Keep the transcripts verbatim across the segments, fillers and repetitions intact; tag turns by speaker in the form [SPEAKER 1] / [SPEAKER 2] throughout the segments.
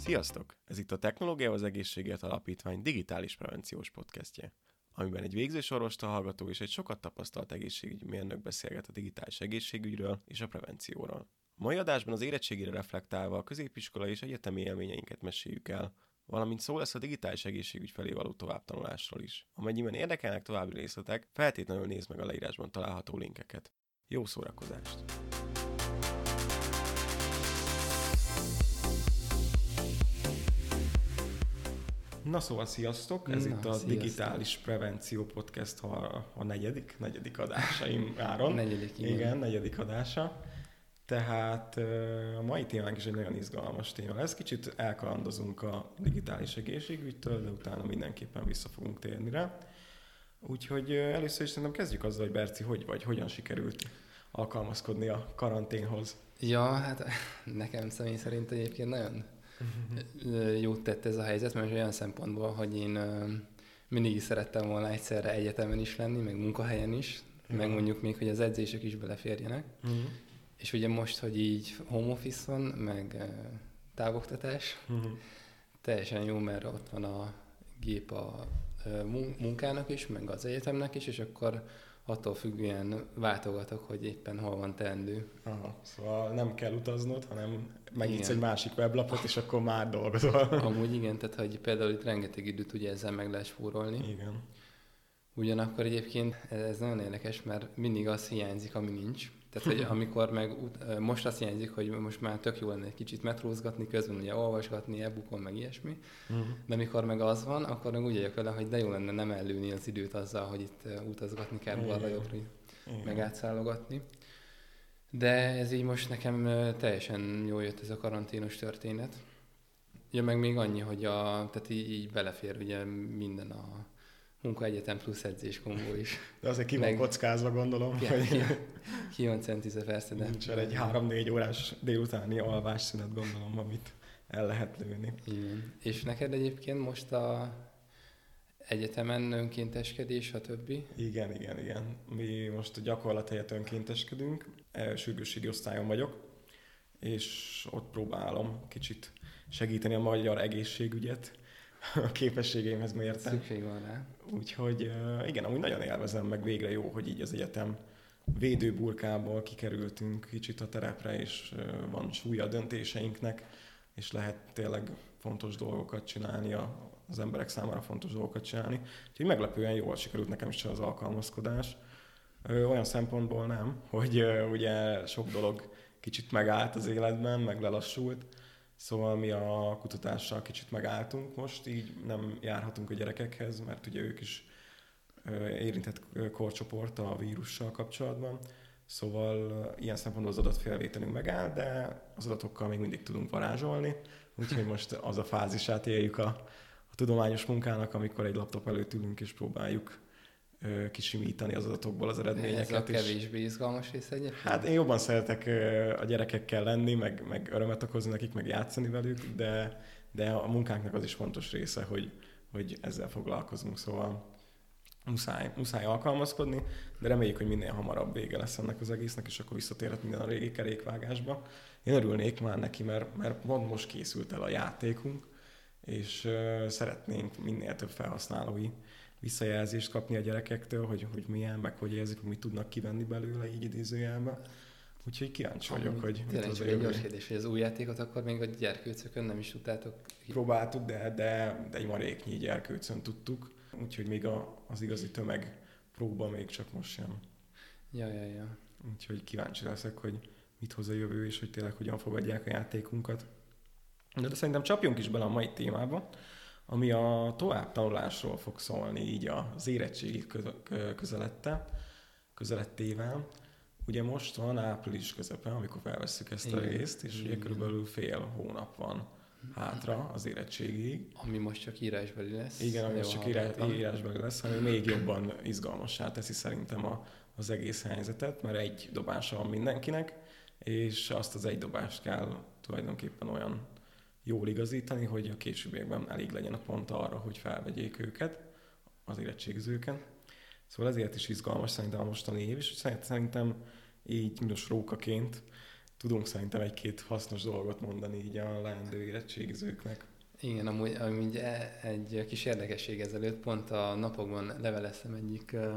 [SPEAKER 1] Sziasztok! Ez itt a Technológia az Egészségért Alapítvány digitális prevenciós podcastje, amiben egy végzős orvostól hallgató és egy sokat tapasztalt egészségügyi mérnök beszélget a digitális egészségügyről és a prevencióról. A mai adásban az érettségire reflektálva a középiskola és egyetemi élményeinket meséljük el, valamint szó lesz a digitális egészségügy felé való továbbtanulásról is. Amennyiben érdekelnek további részletek, feltétlenül nézd meg a leírásban található linkeket. Jó szórakozást! Na szóval sziasztok, ez Na, itt a sziasztok. Digitális Prevenció Podcast a, a negyedik, negyedik adásaim áron.
[SPEAKER 2] negyedik, igen.
[SPEAKER 1] igen, negyedik adása. Tehát a mai témánk is egy nagyon izgalmas téma lesz. Kicsit elkalandozunk a digitális egészségügytől, de utána mindenképpen vissza fogunk térni rá. Úgyhogy először is szerintem kezdjük azzal, hogy Berci, hogy vagy, hogyan sikerült alkalmazkodni a karanténhoz?
[SPEAKER 2] Ja, hát nekem személy szerint egyébként nagyon jót tett ez a helyzet, mert olyan szempontból, hogy én mindig is szerettem volna egyszerre egyetemen is lenni, meg munkahelyen is, ja. meg mondjuk még, hogy az edzések is beleférjenek. Uh-huh. És ugye most, hogy így home office-on, meg távoktatás, uh-huh. teljesen jó, mert ott van a gép a munkának is, meg az egyetemnek is, és akkor attól függően váltogatok, hogy éppen hol van teendő.
[SPEAKER 1] Aha, szóval nem kell utaznod, hanem megnyitsz egy másik weblapot, és akkor már dolgozol.
[SPEAKER 2] Amúgy igen, tehát hogy például itt rengeteg időt ugye ezzel meg lehet spórolni.
[SPEAKER 1] Igen.
[SPEAKER 2] Ugyanakkor egyébként ez nagyon érdekes, mert mindig az hiányzik, ami nincs. Tehát, hogy amikor meg most azt hiányzik, hogy most már tök jó lenne egy kicsit metrózgatni, közben ugye olvasgatni, e-bookon, meg ilyesmi. Uh-huh. De amikor meg az van, akkor meg úgy vagyok vele, hogy de jó lenne nem ellőni az időt azzal, hogy itt utazgatni kell balra jobbra, meg átszállogatni. De ez így most nekem teljesen jól jött ez a karanténos történet. Ja, meg még annyi, hogy a, tehát így, így belefér ugye minden a munkaegyetem plusz edzés kombó is.
[SPEAKER 1] De azért ki van meg... kockázva, gondolom.
[SPEAKER 2] Ja,
[SPEAKER 1] hogy...
[SPEAKER 2] ki, ki van centíze persze, de...
[SPEAKER 1] Nincs egy három-négy órás délutáni alvásszünet, gondolom, amit el lehet lőni.
[SPEAKER 2] Igen. És neked egyébként most a egyetemen önkénteskedés, stb.?
[SPEAKER 1] Igen, igen, igen. Mi most a gyakorlat helyett önkénteskedünk. Sürgősségi osztályon vagyok, és ott próbálom kicsit segíteni a magyar egészségügyet, a képességeimhez mérten.
[SPEAKER 2] Szükség van rá.
[SPEAKER 1] Úgyhogy igen, amúgy nagyon élvezem, meg végre jó, hogy így az egyetem védőburkából kikerültünk kicsit a terepre, és van súlya a döntéseinknek, és lehet tényleg fontos dolgokat csinálni, az emberek számára fontos dolgokat csinálni. Úgyhogy meglepően jól sikerült nekem is az alkalmazkodás. Olyan szempontból nem, hogy ugye sok dolog kicsit megállt az életben, meg lelassult. Szóval mi a kutatással kicsit megálltunk most, így nem járhatunk a gyerekekhez, mert ugye ők is érintett korcsoport a vírussal kapcsolatban. Szóval ilyen szempontból az adatfelvételünk megáll, de az adatokkal még mindig tudunk varázsolni. Úgyhogy most az a fázisát éljük a, a tudományos munkának, amikor egy laptop előtt ülünk és próbáljuk kisimítani az adatokból az eredményeket.
[SPEAKER 2] Ez a kevésbé izgalmas rész egyébként?
[SPEAKER 1] Hát én jobban szeretek a gyerekekkel lenni, meg, meg örömet okozni nekik, meg játszani velük, de, de a munkánknak az is fontos része, hogy, hogy ezzel foglalkozunk, szóval muszáj, muszáj alkalmazkodni, de reméljük, hogy minél hamarabb vége lesz ennek az egésznek, és akkor visszatérhet minden a régi kerékvágásba. Én örülnék már neki, mert, mert pont most készült el a játékunk, és uh, szeretnénk minél több felhasználói visszajelzést kapni a gyerekektől, hogy, hogy milyen, meg hogy érzik, mit tudnak kivenni belőle, így idézőjelben. Úgyhogy kíváncsi vagyok,
[SPEAKER 2] Amint
[SPEAKER 1] hogy
[SPEAKER 2] mit az a jövő. Gyors kérdés, hogy az új játékot akkor még a gyerkőcökön nem is tudtátok?
[SPEAKER 1] Próbáltuk, de, de, de egy maréknyi gyerkőcön tudtuk, úgyhogy még a, az igazi tömeg próba még csak most sem.
[SPEAKER 2] Ja, ja, ja.
[SPEAKER 1] Úgyhogy kíváncsi leszek, hogy mit hoz a jövő, és hogy tényleg hogyan fogadják a játékunkat. De, de szerintem csapjunk is bele a mai témába, ami a továbbtanulásról fog szólni, így az érettségi közelette, közelettével. Ugye most van április közepe, amikor felvesszük ezt a igen, részt, és igen. Ugye körülbelül fél hónap van hátra az érettségig.
[SPEAKER 2] Ami most csak írásbeli lesz.
[SPEAKER 1] Igen, ami most csak írás, írásbeli lesz, ami még jobban izgalmassá teszi szerintem a, az egész helyzetet, mert egy dobása van mindenkinek, és azt az egy dobást kell tulajdonképpen olyan jól igazítani, hogy a későbbiekben elég legyen a pont arra, hogy felvegyék őket, az érettségizőken. Szóval ezért is izgalmas szerintem a mostani év, és szerintem így most rókaként tudunk szerintem egy-két hasznos dolgot mondani így a leendő érettségizőknek.
[SPEAKER 2] Igen, amúgy, amúgy e- egy kis érdekesség ezelőtt, pont a napokban leveleztem egyik uh,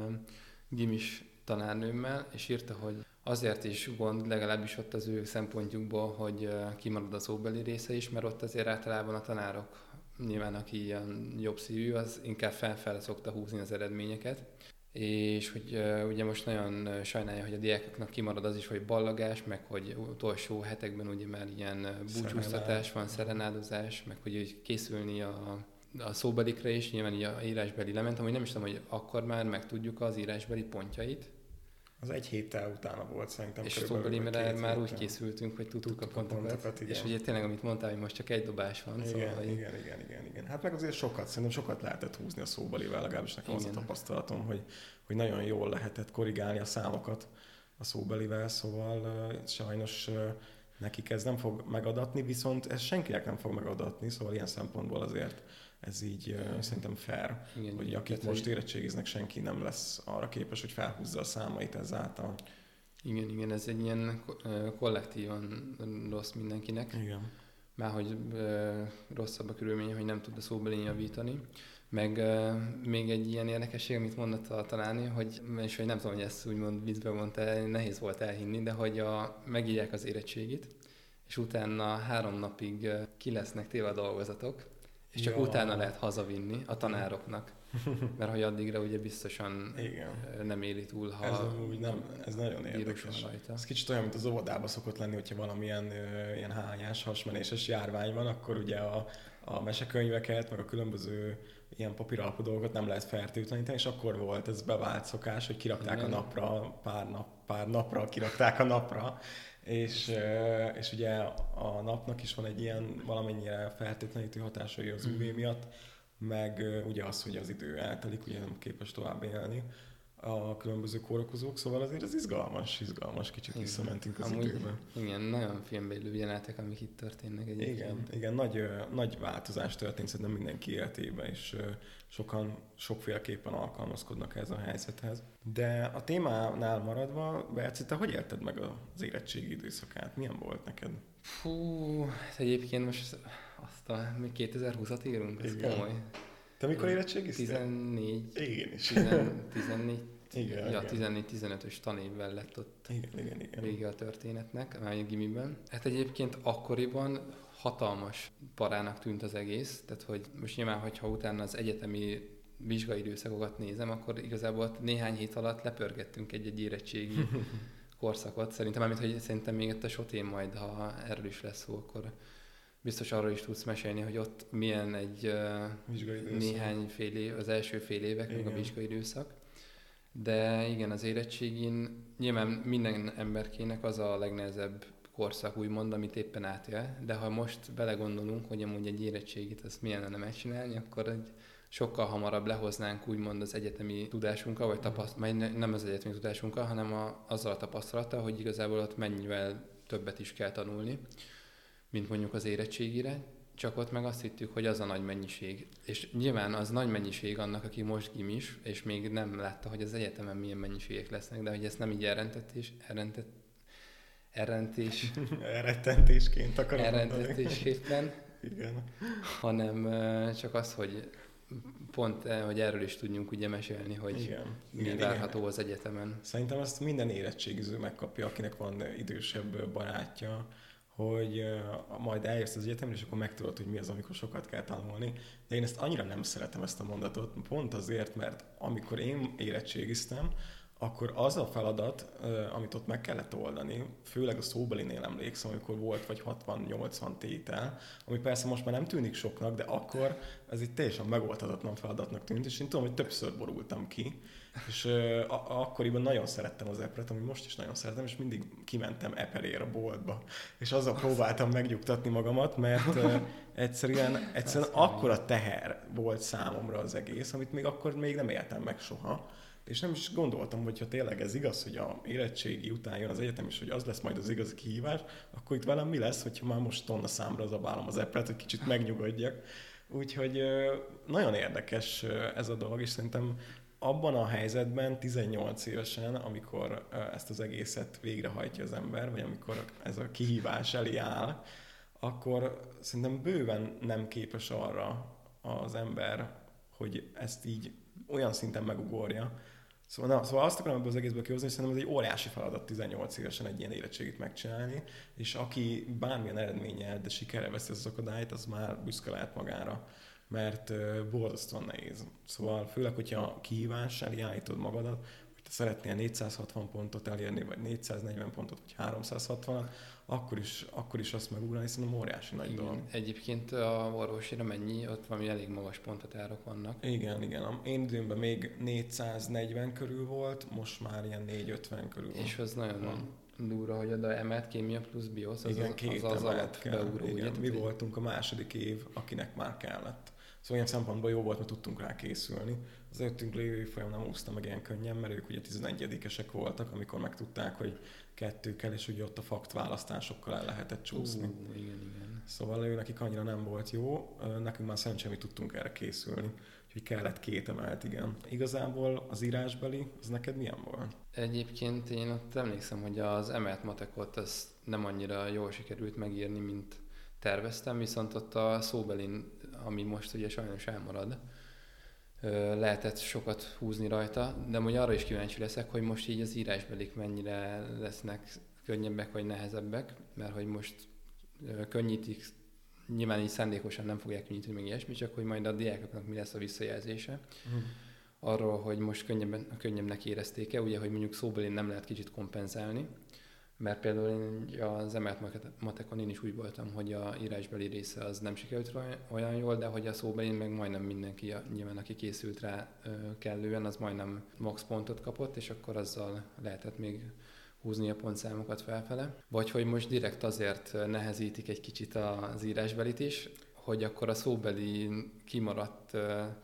[SPEAKER 2] gimis tanárnőmmel, és írta, hogy azért is gond, legalábbis ott az ő szempontjukból, hogy uh, kimarad a szóbeli része is, mert ott azért általában a tanárok, nyilván aki ilyen jobb szívű, az inkább felfele szokta húzni az eredményeket. És hogy uh, ugye most nagyon uh, sajnálja, hogy a diákoknak kimarad az is, hogy ballagás, meg hogy utolsó hetekben ugye már ilyen uh, búcsúztatás van, szerenádozás, meg hogy úgy készülni a, a szóbelikre is, nyilván így a írásbeli lement, amúgy nem is tudom, hogy akkor már megtudjuk az írásbeli pontjait.
[SPEAKER 1] Az egy héttel utána volt szerintem.
[SPEAKER 2] És szóbelimre már úgy készültünk, hogy tudtuk, tudtuk a pontokat. A pontokat és ugye tényleg, amit mondtál, hogy most csak egy dobás van.
[SPEAKER 1] Igen,
[SPEAKER 2] szóval, hogy...
[SPEAKER 1] igen, igen, igen, igen. Hát meg azért sokat, szerintem sokat lehetett húzni a szóbelivel, legalábbis nekem igen. Az a tapasztalatom, hogy, hogy nagyon jól lehetett korrigálni a számokat a szóbelivel, szóval uh, sajnos uh, nekik ez nem fog megadatni, viszont ez senkinek nem fog megadatni, szóval ilyen szempontból azért ez így uh, szerintem fair, igen, hogy akik tehát, most érettségiznek, senki nem lesz arra képes, hogy felhúzza a számait ezáltal.
[SPEAKER 2] Igen, igen, ez egy ilyen kollektívan rossz mindenkinek.
[SPEAKER 1] Igen.
[SPEAKER 2] Márhogy uh, rosszabb a körülmény, hogy nem tud a szóbelin javítani. Meg uh, még egy ilyen érdekesség, amit mondott a tanárnő, hogy, és hogy nem tudom, hogy ezt úgymond viccben mondta, nehéz volt elhinni, de hogy a, megírják az érettségit, és utána három napig uh, ki lesznek téve a dolgozatok, és csak ja. utána lehet hazavinni a tanároknak. Mert hogy addigra ugye biztosan igen. nem éli túl, ha
[SPEAKER 1] ez, úgy nem, ez nagyon érdekes. Ez kicsit olyan, mint az óvodában szokott lenni, hogyha valamilyen ö, ilyen hányás, hasmenéses járvány van, akkor ugye a, a mesekönyveket, meg a különböző ilyen papíralapú dolgokat nem lehet fertőtleníteni, és akkor volt ez bevált szokás, hogy kirakták igen. a napra, pár, nap, pár napra kirakták a napra, és, és ugye a napnak is van egy ilyen valamennyire fertőtlenítő hatásai az ú vé miatt, meg ugye az, hogy az idő eltelik, ugye nem képes tovább élni a különböző kórokozók, szóval azért ez izgalmas, izgalmas, kicsit igen. visszamentünk az Amúgy, időben.
[SPEAKER 2] Igen, nagyon filmbe illő jelenetek, amik itt történnek egyébként.
[SPEAKER 1] Igen, igen nagy, nagy változás történt szerintem mindenki életében, és sokan sokféleképpen alkalmazkodnak ez a helyzethez. De a témánál maradva, Berci, te hogy élted meg az érettségi időszakát? Milyen volt neked?
[SPEAKER 2] Fú, egyébként most azt a, mi kétezer-húszat írunk, ez igen. komoly.
[SPEAKER 1] Te mikor érettségiztél?
[SPEAKER 2] tizennégy.
[SPEAKER 1] Én is.
[SPEAKER 2] tizennégy.
[SPEAKER 1] Igen,
[SPEAKER 2] ja, tizennégy-tizenötös tanévvel lett ott
[SPEAKER 1] igen, igen, igen.
[SPEAKER 2] vége a történetnek, a gimiben. Hát egyébként akkoriban hatalmas parának tűnt az egész, tehát hogy most nyilván, hogyha utána az egyetemi vizsgai időszakokat nézem, akkor igazából néhány hét alatt lepörgettünk egy-egy érettségi korszakot. Szerintem, amit, hogy szerintem még ott a sotén majd, ha erről is lesz szó, akkor biztos arról is tudsz mesélni, hogy ott milyen egy uh, néhány fél év, az első fél évek, igen. meg a vizsgai időszak. De igen, az érettségin nyilván minden emberkének az a legnehezebb korszak, úgymond, amit éppen átél, de ha most belegondolunk, hogy amúgy egy érettségit azt milyen lenne megcsinálni, akkor egy sokkal hamarabb lehoznánk úgymond az egyetemi tudásunkkal, vagy tapaszt- nem az egyetemi tudásunkkal, hanem a, azzal a tapasztalattal, hogy igazából ott mennyivel többet is kell tanulni, mint mondjuk az érettségire, csak ott meg azt hittük, hogy az a nagy mennyiség. És nyilván az nagy mennyiség annak, aki most gimis, és még nem látta, hogy az egyetemen milyen mennyiségek lesznek, de hogy ezt nem így elrentetés, elrentet, elrentés,
[SPEAKER 1] elrettentésként akarom
[SPEAKER 2] elrentetésképpen,
[SPEAKER 1] igen.
[SPEAKER 2] hanem csak az, hogy pont, hogy erről is tudjunk ugye mesélni, hogy igen, mi igen, várható igen. az egyetemen.
[SPEAKER 1] Szerintem ezt minden érettségiző megkapja, akinek van idősebb barátja, hogy uh, majd eljössz az egyetemre, és akkor megtudod, hogy mi az, amikor sokat kell tanulni. De én ezt annyira nem szeretem, ezt a mondatot, pont azért, mert amikor én érettségiztem, akkor az a feladat, uh, amit ott meg kellett oldani, főleg a szóbelinél emlékszem, amikor volt vagy hatvan-nyolcvan tétel, ami persze most már nem tűnik soknak, de akkor ez egy teljesen megoldhatatlan feladatnak tűnt, és én tudom, hogy többször borultam ki, és uh, a- akkoriban nagyon szerettem az epret, ami most is nagyon szeretem, és mindig kimentem eperér a boltba, és azzal próbáltam megnyugtatni magamat, mert uh, egyszerűen, egyszerűen akkora teher volt számomra az egész, amit még akkor még nem éltem meg soha. És nem is gondoltam, hogy ha tényleg ez igaz, hogy a érettségi után jön az egyetem, és hogy az lesz majd az igazi kihívás, akkor itt velem mi lesz, hogyha már most tonna számra zabálom az epret, hogy kicsit megnyugodjak. Úgyhogy nagyon érdekes ez a dolog, és szerintem abban a helyzetben tizennyolc évesen, amikor ezt az egészet végrehajtja az ember, vagy amikor ez a kihívás elé áll, akkor szerintem bőven nem képes arra az ember, hogy ezt így olyan szinten megugorja. Szóval, na, szóval azt akarom ebből az egészből kihozni, hogy szerintem ez egy óriási feladat tizennyolc évesen egy ilyen érettségit megcsinálni, és aki bármilyen eredménnyel, de sikerre veszi az akadályt, az már büszke lehet magára, mert borzasztóan nehéz. Szóval főleg, hogyha kihívás elé állítod magadat, hogy te szeretnél négyszázhatvan pontot elérni, vagy négyszáznegyven pontot, vagy háromszázhatvanat, akkor is, akkor is azt megugrani, szerintem óriási nagy
[SPEAKER 2] igen.
[SPEAKER 1] dolog.
[SPEAKER 2] Egyébként a orvosira mennyi? Ott valami elég magas ponthatárok vannak.
[SPEAKER 1] Igen, igen. A én időmben még négyszáznegyven körül volt, most már ilyen négyszázötven körül van.
[SPEAKER 2] És az nagyon van. Durva, hogy oda emelt kémia plusz biosz, az
[SPEAKER 1] igen,
[SPEAKER 2] az,
[SPEAKER 1] két
[SPEAKER 2] az, az
[SPEAKER 1] emelet kell.
[SPEAKER 2] beugró,
[SPEAKER 1] Igen,
[SPEAKER 2] ugye?
[SPEAKER 1] mi voltunk a második év, akinek már kellett. Szóval ilyen szempontból jó volt, mert tudtunk rá készülni. Az előttünk lévő évfolyam nem úszta meg ilyen könnyen, mert ők ugye tizenegyedikesek voltak, amikor megtudták, hogy kettő kell, és ugye ott a fakt választásokkal el lehetett csúszni.
[SPEAKER 2] Uh, igen, igen.
[SPEAKER 1] Szóval ő nekik annyira nem volt jó, nekünk már szerencsére mi tudtunk erre készülni. Úgyhogy kellett két emelt, igen. Igazából az írásbeli, az neked milyen volt?
[SPEAKER 2] Egyébként én ott emlékszem, hogy az emelt matekot az nem annyira jól sikerült megírni, mint terveztem, viszont ott a szóbelin, ami most ugye sajnos elmarad, lehetett sokat húzni rajta, de amúgy arra is kíváncsi leszek, hogy most így az írásbelik mennyire lesznek könnyebbek vagy nehezebbek, mert hogy most könnyítik, nyilván így szándékosan nem fogják könnyíteni még ilyesmi, csak hogy majd a diákoknak mi lesz a visszajelzése. Hmm. Arról, hogy most könnyebben, könnyebbnek érezték-e, ugye, hogy mondjuk szóbelin nem lehet kicsit kompenzálni, mert például én az emelt matekon én is úgy voltam, hogy a írásbeli része az nem sikerült olyan jól, de hogy a szóbelin meg majdnem mindenki, nyilván aki készült rá kellően, az majdnem max pontot kapott, és akkor azzal lehetett még húzni a pontszámokat felfele. Vagy hogy most direkt azért nehezítik egy kicsit az írásbelit is, hogy akkor a szóbeli kimaradt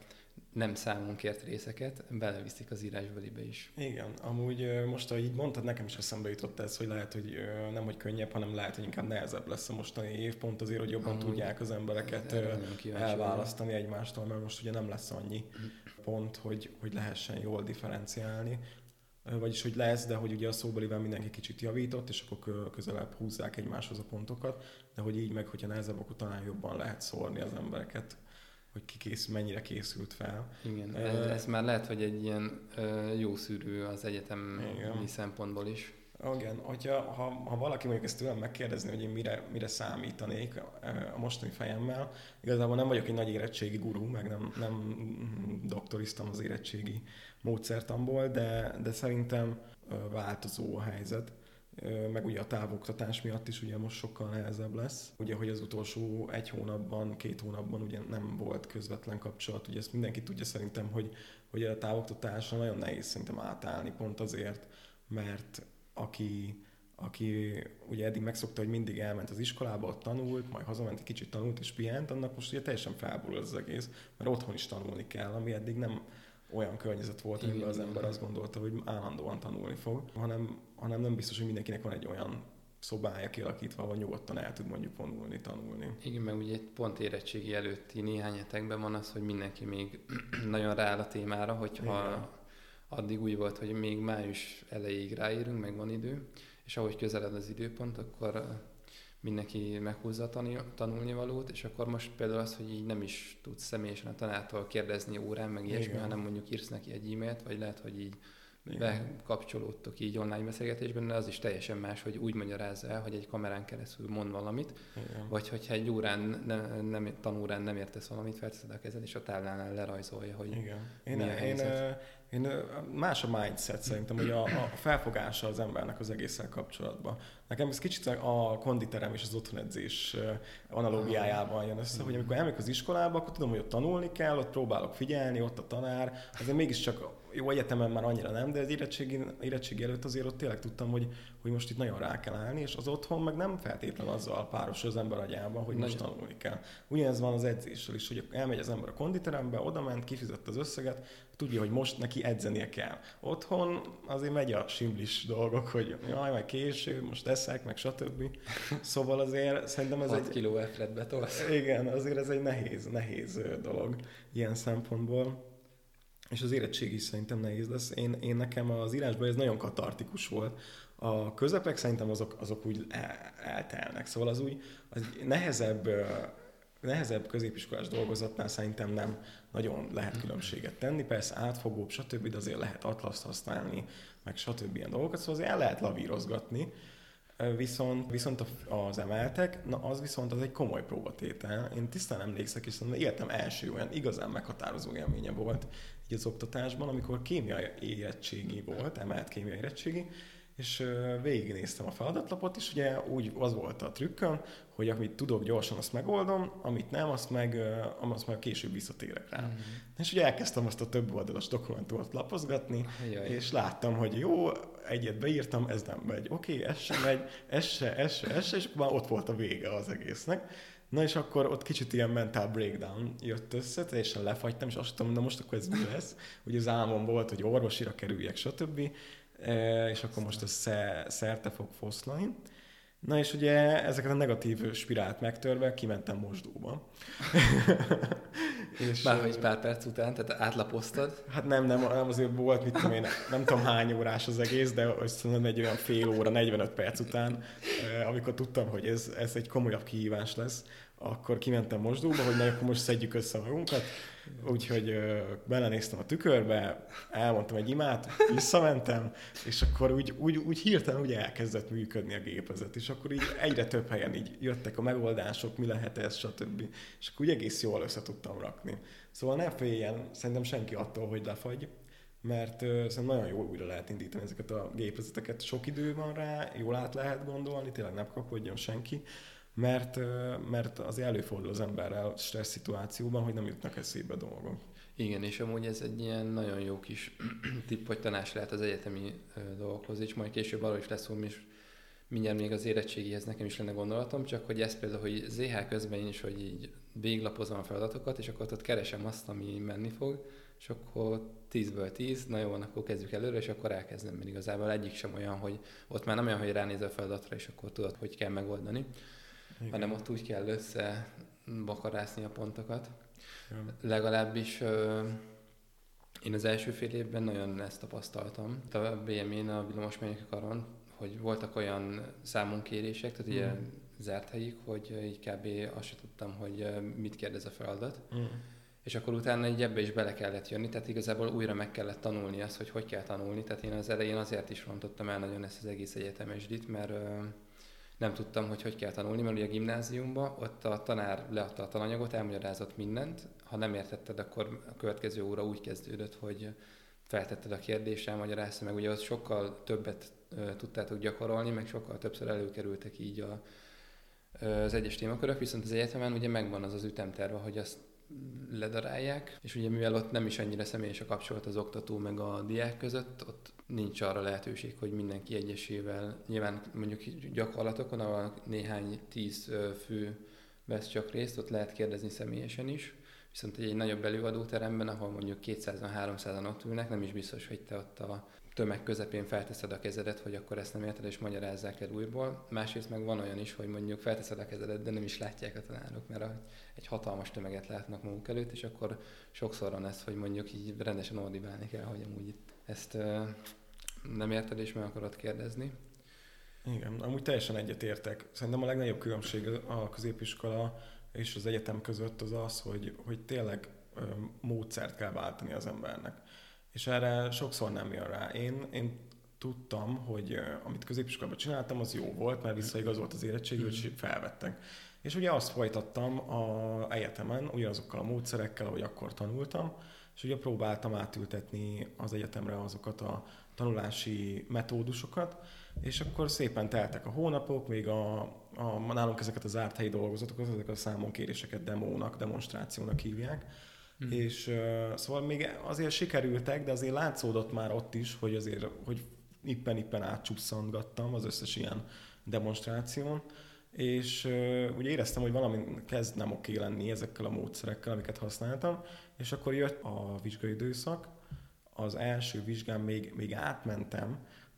[SPEAKER 2] nem számon kért részeket beleviszik az írásbelibe is.
[SPEAKER 1] Igen, amúgy most, ahogy így mondtad, nekem is eszembe jutott ez, hogy lehet, hogy nem hogy könnyebb, hanem lehet, hogy inkább nehezebb lesz a mostani év, pont azért, hogy jobban amúgy tudják az embereket elválasztani egymástól, mert most ugye nem lesz annyi pont, hogy, hogy lehessen jól differenciálni. Vagyis, hogy lesz, de hogy ugye a szóbelivel mindenki kicsit javított, és akkor közelebb húzzák egymáshoz a pontokat, de hogy így meg, hogyha nehezebb, akkor talán jobban lehet szórni az embereket, hogy ki kész, mennyire készült fel.
[SPEAKER 2] Igen, ez, ez már lehet, hogy egy ilyen ö, jó szűrő az egyetemi szempontból is.
[SPEAKER 1] Igen, hogyha ha, ha valaki mondjuk ezt tőlem megkérdezni, hogy én mire, mire számítanék a mostani fejemmel, igazából nem vagyok egy nagy érettségi gurú, meg nem, nem doktoriztam az érettségi módszertamból, de, de szerintem változó a helyzet. Meg ugye a távoktatás miatt is ugye most sokkal nehezebb lesz. Ugye, hogy az utolsó egy hónapban, két hónapban ugye nem volt közvetlen kapcsolat. Ugye ezt mindenki tudja szerintem, hogy, hogy a távoktatásra nagyon nehéz szerintem átállni, pont azért, mert aki, aki ugye eddig megszokta, hogy mindig elment az iskolába, ott tanult, majd hazament, egy kicsit tanult és pihent, annak most ugye teljesen felborul az egész, mert otthon is tanulni kell, ami eddig nem olyan környezet volt, amiben az ember azt gondolta, hogy állandóan tanulni fog, hanem, hanem nem biztos, hogy mindenkinek van egy olyan szobája kialakítva, ahol nyugodtan el tud mondjuk vonulni, tanulni.
[SPEAKER 2] Igen, meg ugye pont érettségi előtti néhány hetekben van az, hogy mindenki még nagyon rááll a témára, hogyha igen. Addig úgy volt, hogy még május elejéig ráérünk, meg van idő, és ahogy közeled az időpont, akkor mindenki meghúzza a tanulni valót, és akkor most például az, hogy így nem is tudsz személyesen a tanártól kérdezni órán, meg ilyesmi, hanem mondjuk írsz neki egy e-mailt, vagy lehet, hogy így bekapcsolódtok így online beszélgetésben, de az is teljesen más, hogy úgy magyarázza el, hogy egy kamerán keresztül mond valamit, igen. Vagy hogyha egy órán, ne, nem, tanórán nem értesz valamit, felteszed a kezed, és a táblánál lerajzolja, hogy
[SPEAKER 1] igen. Én, mi a helyzet. Én, én más a mindset szerintem, hogy a, a felfogása az embernek az egésszel kapcsolatban. Nekem ez kicsit a konditerem és az otthonedzés analógiájában jön össze, hogy amikor elmegyek az iskolába, akkor tudom, hogy ott tanulni kell, ott próbálok figyelni, ott a tanár, azért mégiscsak jó, egyetemen már annyira nem, de az érettségi, érettségi előtt azért ott tényleg tudtam, hogy, hogy most itt nagyon rá kell állni, és az otthon meg nem feltétlenül azzal páros az ember agyában, hogy most tanulni kell. Ugyanez van az edzéssel is, hogy elmegy az ember a konditerembe, oda ment, kifizette az összeget, tudja, hogy most neki edzenie kell. Otthon azért megy a simlis dolgok, hogy jaj, meg késő, most eszek, meg stb. Szóval azért szerintem ez
[SPEAKER 2] egy...
[SPEAKER 1] hat
[SPEAKER 2] kiló efletbe tolsz.
[SPEAKER 1] Igen, azért ez egy nehéz, nehéz dolog ilyen szempontból. és az érettségi is szerintem nehéz lesz. Én, én nekem az írásban ez nagyon katartikus volt. A közepek szerintem azok, azok úgy el, eltelnek, szóval az úgy az nehezebb, nehezebb középiskolás dolgozatnál szerintem nem nagyon lehet különbséget tenni. Persze átfogóbb, stb., de azért lehet atlaszt használni, meg stb. Ilyen dolgokat, szóval azért el lehet lavírozgatni. Viszont, viszont az emeltek, na az viszont az egy komoly próbatétel. Én tisztán emlékszek, és szerintem életem első olyan igazán meghatározó élménye volt így az oktatásban, amikor kémiai érettségi volt, emelt kémiai érettségi, és végignéztem a feladatlapot, és ugye úgy az volt a trükköm, hogy amit tudok, gyorsan azt megoldom, amit nem, azt meg, azt meg később visszatérek rá. Mm-hmm. És ugye elkezdtem azt a több oldalas dokumentumot lapozgatni, Jaj. és láttam, hogy jó, egyet beírtam, ez nem megy. Oké, okay, ez sem megy, ez se, ez se, ez se, és már ott volt a vége az egésznek. Na és akkor ott kicsit ilyen mental breakdown jött össze, teljesen lefagytam, és azt mondtam, na most akkor ez mi lesz? Ugye az álmom volt, hogy orvosira kerüljek, stb. És akkor most ez szerte fog foszlani. Na és ugye ezeket a negatív spirált megtörve kimentem mosdóba.
[SPEAKER 2] és Bárhogy pár perc után, tehát átlapoztad?
[SPEAKER 1] Hát nem, nem, nem azért volt, mit tudom én, nem tudom hány órás az egész, de azt mondom, egy olyan fél óra, negyvenöt perc után, amikor tudtam, hogy ez, ez egy komolyabb kihívás lesz, akkor kimentem mosdóba, hogy na, akkor most szedjük össze magunkat. Úgyhogy uh, belenéztem a tükörbe, elmondtam egy imát, visszamentem, és akkor úgy, úgy, úgy hirtelen úgy elkezdett működni a gépezet, és akkor így egyre több helyen így jöttek a megoldások, mi lehet ez, stb. És akkor úgy egész jól össze tudtam rakni. Szóval ne féljen szerintem senki attól, hogy lefagy, mert uh, szerintem nagyon jól újra lehet indítani ezeket a gépezeteket. Sok idő van rá, jól át lehet gondolni, tényleg nem kapkodjon senki. Mert, mert azért előfordul az emberrel stressz szituációban, hogy nem jutnak eszébe dolgok.
[SPEAKER 2] Igen, és amúgy ez egy ilyen nagyon jó kis tipp, vagy tanács lehet az egyetemi dolgokhoz, és majd később arról is lesz szó, és mindjárt még az érettségihez nekem is lenne gondolatom, csak hogy ez például, hogy zé há közben én is, hogy így végiglapozom a feladatokat, és akkor ott keresem azt, ami menni fog, és akkor tízből tíz, na jó van, akkor kezdjük előre, és akkor elkezdem, mert igazából egyik sem olyan, hogy ott már nem olyan, hogy ránézel a feladatra, és akkor tudod, hogy kell megoldani. Igen. Hanem ott úgy kell össze bakarászni a pontokat. Igen. Legalábbis ö, én az első fél évben nagyon ezt tapasztaltam. A bé em én, a villamosmérnöki karon, hogy voltak olyan számonkérések, tehát mm. ugye zárt helyig, hogy így kb. Azt sem tudtam, hogy mit kérdez a feladat. Mm. És akkor utána így ebbe is bele kellett jönni, tehát igazából újra meg kellett tanulni azt, hogy hogy kell tanulni. Tehát én az elején azért is rontottam el nagyon ezt az egész egyetemesdit, mert ö, nem tudtam, hogy hogy kell tanulni, mert ugye a gimnáziumban ott a tanár leadta a tananyagot, elmagyarázott mindent. Ha nem értetted, akkor a következő óra úgy kezdődött, hogy feltetted a kérdést, elmagyarázta, meg ugye ott sokkal többet uh, tudtátok gyakorolni, meg sokkal többször előkerültek így a, uh, az egyes témakörök, viszont az egyetemen ugye megvan az az ütemterve, hogy azt ledarálják, és ugye mivel ott nem is annyira személyes a kapcsolat az oktató meg a diák között, ott nincs arra lehetőség, hogy mindenki egyesével, nyilván mondjuk gyakorlatokon, ahol néhány tíz fő vesz csak részt, ott lehet kérdezni személyesen is, viszont egy, egy nagyobb előadóteremben, ahol mondjuk kétszázan-háromszázan ott ülnek, nem is biztos, hogy te ott a tömeg közepén felteszed a kezedet, hogy akkor ezt nem érted, és magyarázzák el újból. Másrészt meg van olyan is, hogy mondjuk felteszed a kezedet, de nem is látják a tanárok, mert egy hatalmas tömeget látnak maguk előtt, és akkor sokszor van ez, hogy mondjuk így rendesen ordibálni kell, hogy amúgy itt ezt uh, nem érted, és meg akarod kérdezni.
[SPEAKER 1] Igen, amúgy teljesen egyetértek. Szerintem a legnagyobb különbség a középiskola és az egyetem között az az, hogy, hogy tényleg uh, módszert kell váltani az embernek. És erre sokszor nem jön rá. Én, én tudtam, hogy uh, amit középiskolában csináltam, az jó volt, mert visszaigazolt az érettségi, hogy felvettek. És ugye azt folytattam az egyetemen, ugyanazokkal a módszerekkel, ahogy akkor tanultam, és ugye próbáltam átültetni az egyetemre azokat a tanulási metódusokat, és akkor szépen teltek a hónapok, még a, a, nálunk ezeket az zárt helyi dolgozatokat, ezeket a számonkéréseket demónak, demonstrációnak hívják, Hmm. És uh, szóval még azért sikerültek, de azért látszódott már ott is, hogy azért, hogy ippen-ippen átcsusszantgattam az összes ilyen demonstráción, és uh, ugye éreztem, hogy valami kezd nem oké lenni ezekkel a módszerekkel, amiket használtam, és akkor jött a vizsgai időszak, az első vizsgán még, még átmentem,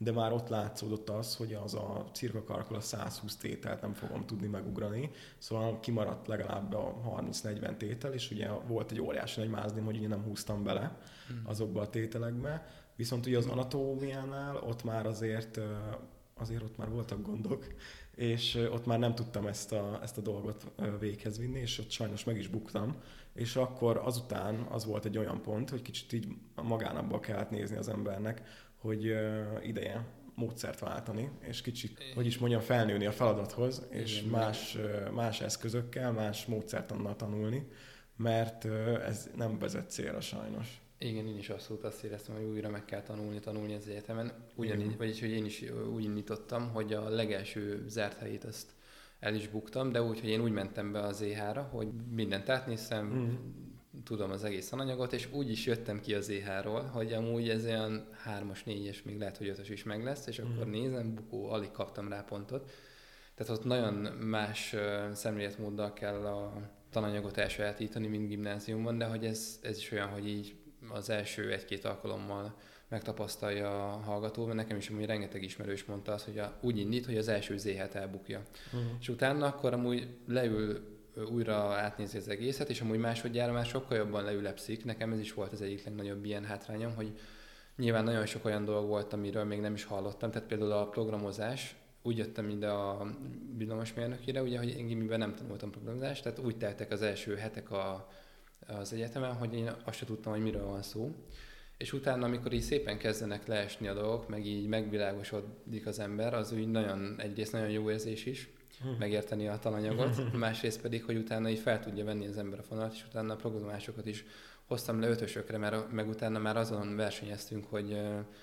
[SPEAKER 1] de már ott látszódott az, hogy az a cirkakalkula száz húsz tételt nem fogom tudni megugrani, szóval kimaradt legalább a harminc-negyven tétel, és ugye volt egy óriási nagy mázlim, hogy ugye nem húztam bele azokba a tételekbe, viszont ugye az anatómiánál ott már azért, azért ott már voltak gondok, és ott már nem tudtam ezt a, ezt a dolgot véghez vinni, és ott sajnos meg is buktam, és akkor azután az volt egy olyan pont, hogy kicsit így magánabba kellett nézni az embernek, hogy ideje módszert váltani, és kicsit, hogy is mondjam, felnőni a feladathoz, és igen, más, más eszközökkel, más módszertannal tanulni, mert ez nem vezet célra sajnos.
[SPEAKER 2] Igen, én is abszolút azt éreztem, hogy újra meg kell tanulni, tanulni az egyetemen. Ugyanígy, vagyis, hogy én is úgy indítottam, hogy a legelső zárt helyét azt el is buktam, de úgy, hogy én úgy mentem be az é há-ra, hogy mindent átnéztem, mm. tudom az egész tananyagot, és úgy is jöttem ki az é há-ról, hogy amúgy ez olyan hármas, négyes, még lehet, hogy ötös is meg lesz, és akkor mm. nézem, bukó, alig kaptam rá pontot. Tehát ott nagyon más szemléletmóddal kell a tananyagot elsajátítani, mint gimnáziumban, de hogy ez, ez is olyan, hogy így az első egy-két alkalommal megtapasztalja a hallgató, mert nekem is amúgy rengeteg ismerős mondta azt, hogy a, úgy indít, hogy az első zé há-t elbukja. Uh-huh. És utána akkor amúgy leül újra átnézi az egészet, és amúgy másodjára már sokkal jobban leülepszik. Nekem ez is volt az egyik legnagyobb ilyen hátrányom, hogy nyilván nagyon sok olyan dolog volt, amiről még nem is hallottam. Tehát például a programozás, úgy jöttem ide a villamosmérnökére, ugye, hogy én gimiben nem tanultam programozást, tehát úgy teltek az első hetek a az egyetemen, hogy én azt sem tudtam, hogy miről van szó. És utána, amikor így szépen kezdenek leesni a dolgok, meg így megvilágosodik az ember, az úgy nagyon, egyrészt nagyon jó érzés is, megérteni a tananyagot, másrészt pedig, hogy utána így fel tudja venni az ember a fonalat, és utána a programozásokat is hoztam le ötösökre, mert meg utána már azon versenyeztünk, hogy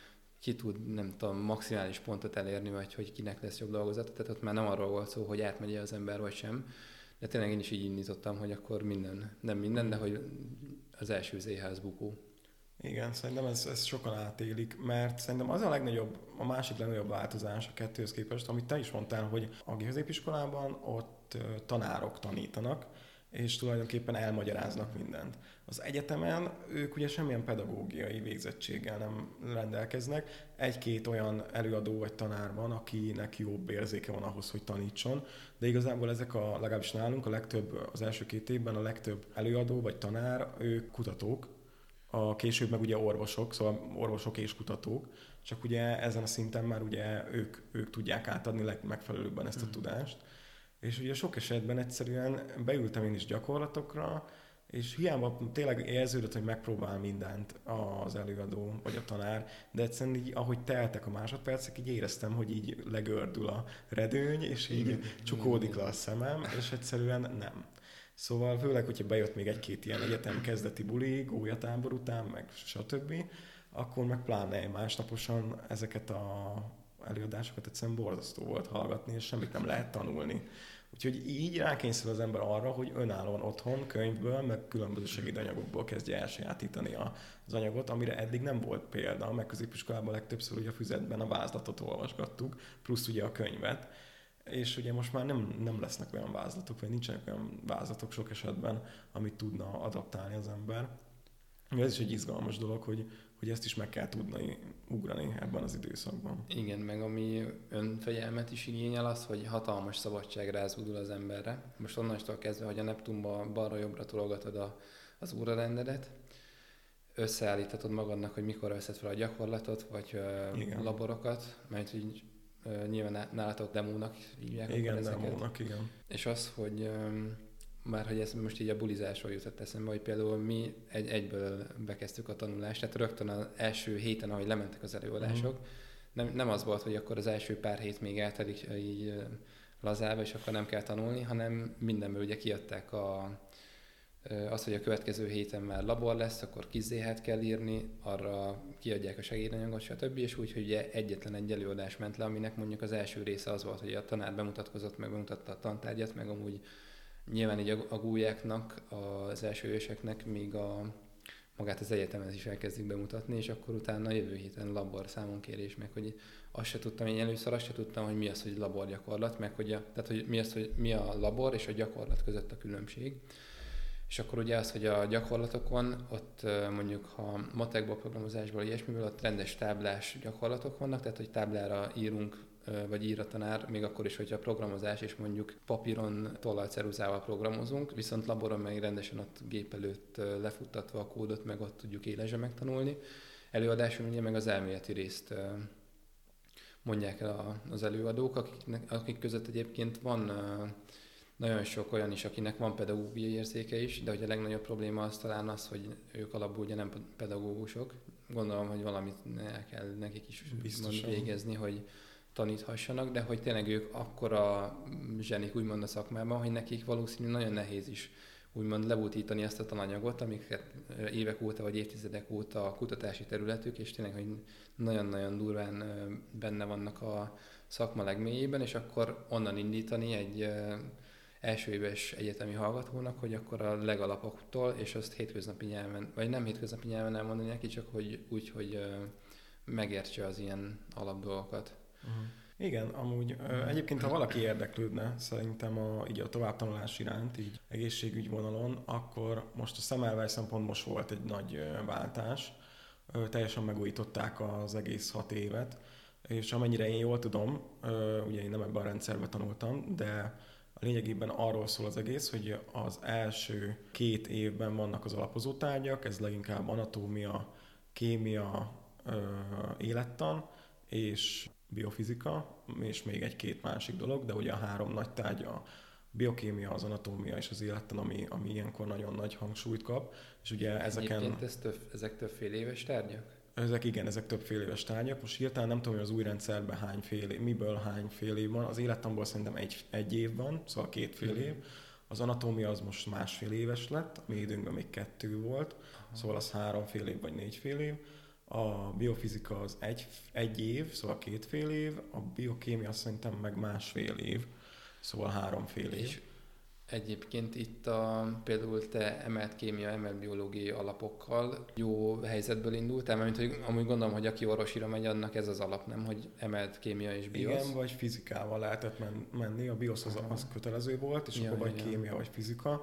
[SPEAKER 2] ki tud, nem tudom, maximális pontot elérni, vagy hogy kinek lesz jobb dolgozata. Tehát ott már nem arról volt szó, hogy átmegy az ember, vagy sem. De tényleg én is így indítottam, hogy akkor minden, nem minden, de hogy az első zé há az bukó.
[SPEAKER 1] Igen, szerintem ez, ez sokan átélik, mert szerintem az a legnagyobb, a másik legnagyobb változás a kettőhöz képest, amit te is mondtál, hogy a középiskolában ott tanárok tanítanak, és tulajdonképpen elmagyaráznak mindent. Az egyetemen ők ugye semmilyen pedagógiai végzettséggel nem rendelkeznek. Egy-két olyan előadó vagy tanár van, akinek jobb érzéke van ahhoz, hogy tanítson, de igazából ezek a, legalábbis nálunk a legtöbb, az első két évben a legtöbb előadó vagy tanár, ők kutatók, a később meg ugye orvosok, szóval orvosok és kutatók, csak ugye ezen a szinten már ugye ők, ők tudják átadni legmegfelelőbben ezt a mm. tudást. És ugye sok esetben egyszerűen beültem én is gyakorlatokra, és hiába tényleg érződött, hogy megpróbál mindent az előadó vagy a tanár, de egyszerűen így, ahogy teltek a másodpercek, így éreztem, hogy így legördül a redőny, és így igen, csukódik igen. le a szemem, és egyszerűen nem. Szóval főleg, hogyha bejött még egy-két ilyen egyetem kezdeti buli, gólyatábor után, meg stb., akkor meg pláne másnaposan ezeket a előadásokat egyszerűen borzasztó volt hallgatni, és semmit nem lehet tanulni. Úgyhogy így rákényszerül az ember arra, hogy önállóan otthon, könyvből, meg különböző segédanyagokból kezdje elsajátítani az anyagot, amire eddig nem volt példa, meg középiskolában legtöbbször ugye a füzetben a vázlatot olvasgattuk, plusz ugye a könyvet, és ugye most már nem, nem lesznek olyan vázlatok, vagy nincsenek olyan vázlatok sok esetben, amit tudna adaptálni az ember. Ez is egy izgalmas dolog, hogy, hogy ezt is meg kell tudni ugrani ebben az időszakban.
[SPEAKER 2] Igen, meg ami önfegyelmet is igényel az, hogy hatalmas szabadság rázódul az emberre. Most onnantól kezdve, hogy a Neptunba balra-jobbra tologatod a, az órarendedet, összeállíthatod magadnak, hogy mikor veszed fel a gyakorlatot, vagy igen. laborokat, mert így nyilván nálatok demónak hívják.
[SPEAKER 1] Igen, demónak, igen.
[SPEAKER 2] És az, hogy már hogy ez most így a bulizásról jutott eszembe, hogy például mi egy, egyből bekezdtük a tanulást, tehát rögtön az első héten, ahogy lementek az előadások, mm. nem, nem az volt, hogy akkor az első pár hét még eltelik így lazába, és akkor nem kell tanulni, hanem mindenből ugye kiadták a, az, hogy a következő héten már labor lesz, akkor kis zé há-t kell írni, arra kiadják a segédanyagot, stb. És úgy, hogy ugye egyetlen egy előadás ment le, aminek mondjuk az első része az volt, hogy a tanár bemutatkozott, meg bemutatta a tantárgyat, meg amúgy nyilván így a gúlyáknak, az első őseknek még a, magát az egyetemet is elkezdik bemutatni, és akkor utána jövő héten labor számonkérés, meg hogy azt se tudtam, én először azt se tudtam, hogy mi az, hogy laborgyakorlat, meg hogy, a, tehát, hogy mi az, hogy mi a labor és a gyakorlat között a különbség. És akkor ugye az, hogy a gyakorlatokon, ott mondjuk ha matekból, programozásból, ilyesmiből, ott rendes táblás gyakorlatok vannak, tehát hogy táblára írunk, vagy ír a tanár, még akkor is, hogyha a programozás, és mondjuk papíron, tollal, ceruzával programozunk, viszont laboron meg rendesen ott gép előtt lefuttatva a kódot, meg ott tudjuk élesen megtanulni. Előadáson ugye meg az elméleti részt mondják el az előadók, akiknek, akik között egyébként van nagyon sok olyan is, akinek van pedagógiai érzéke is, de hogy a legnagyobb probléma az talán az, hogy ők alapból ugye nem pedagógusok. Gondolom, hogy valamit el kell nekik is mond végezni, hogy taníthassanak, de hogy tényleg ők akkora zsenik úgymond a szakmában, hogy nekik valószínűleg nagyon nehéz is úgymond lebutítani ezt a tananyagot, amiket évek óta vagy évtizedek óta a kutatási területük, és tényleg, hogy nagyon-nagyon durván benne vannak a szakma legmélyében, és akkor onnan indítani egy első éves egyetemi hallgatónak, hogy akkor a legalapoktól, és azt hétköznapi nyelven, vagy nem hétköznapi nyelven elmondani neki, csak hogy úgy, hogy megértse az ilyen alapdolgokat.
[SPEAKER 1] Uh-huh. Igen, amúgy egyébként, ha valaki érdeklődne szerintem a, így a továbbtanulás iránt, így egészségügy vonalon, akkor most a Semmelweis szempont most volt egy nagy váltás, teljesen megújították az egész hat évet, és amennyire én jól tudom, ugye én nem ebben a rendszerben tanultam, de a lényegében arról szól az egész, hogy az első két évben vannak az alapozó tárgyak, ez leginkább anatómia, kémia, élettan és biofizika, és még egy-két másik dolog, de ugye a három nagy tárgy a biokémia, az anatómia és az élettan, ami, ami ilyenkor nagyon nagy hangsúlyt kap. És ugye ezeken...
[SPEAKER 2] Egyébként ez több, ezek több fél éves tárgyak?
[SPEAKER 1] Ezek igen, ezek több fél éves tárgyak. Most hirtelen nem tudom, hogy az új rendszerben hány fél év, miből hány fél év van. Az élettanból szerintem egy, egy év van, szóval két fél év. Az anatómia az most másfél éves lett, a mi időnkben még kettő volt, aha. Szóval az három fél év vagy négy fél év. A biofizika az egy, egy év, szóval két fél év, a biokémia szerintem meg másfél év, szóval három fél év. És
[SPEAKER 2] egyébként itt a, például te emelt kémia, emelt biológiai alapokkal jó helyzetből indultál, mert hogy amúgy gondolom, hogy aki orvosira megy, annak ez az alap, nem, hogy emelt kémia és biosz.
[SPEAKER 1] Igen, vagy fizikával lehetett men- menni, a biosz az, az kötelező volt, és ja, akkor vagy ja. kémia, vagy fizika.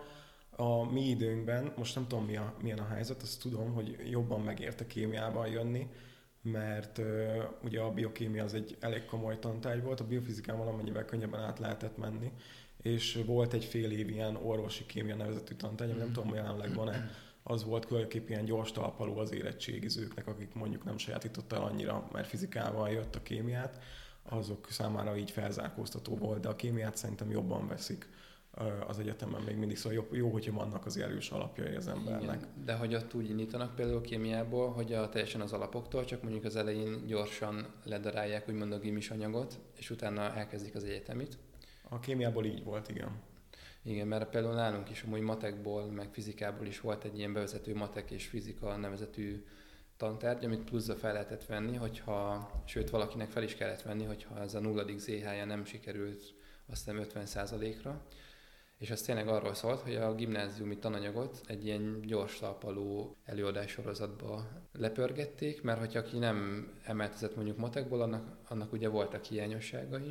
[SPEAKER 1] A mi időnkben, most nem tudom mi a, milyen a helyzet, azt tudom, hogy jobban megérte kémiában jönni, mert uh, ugye a biokémia az egy elég komoly tantárgy volt, a biofizikán valamennyivel könnyebben át lehetett menni, és volt egy fél év ilyen orvosi kémia nevezetű tantárgy, ami nem tudom, jelenleg van-e, az volt tulajdonképpen ilyen gyors talpaló az érettségizőknek, akik mondjuk nem sajátította annyira, mert fizikával jött a kémiát, azok számára így felzárkóztató volt, de a kémiát szerintem jobban veszik az egyetemen még mindig, szóval jó, jó hogyha vannak az erős alapjai az embernek.
[SPEAKER 2] Igen, de hogy ott úgy indítanak például kémiából, hogy a, teljesen az alapoktól, csak mondjuk az elején gyorsan ledarálják úgymond a gimis anyagot, és utána elkezdik az egyetemit.
[SPEAKER 1] A kémiából így volt, igen.
[SPEAKER 2] Igen, mert például nálunk is amúgy matekból, meg fizikából is volt egy ilyen bevezető matek és fizika nevezetű tantárgy, amit pluszra fel lehetett venni, hogyha, sőt valakinek fel is kellett venni, hogyha ez a nulladik zé há-ja nem sikerült azt hiszem ötven százalékra. És az tényleg arról szólt, hogy a gimnáziumi tananyagot egy ilyen gyors talpaló előadássorozatba lepörgették, mert hogyha aki nem emeltezett mondjuk matekból, annak, annak ugye voltak hiányosságai,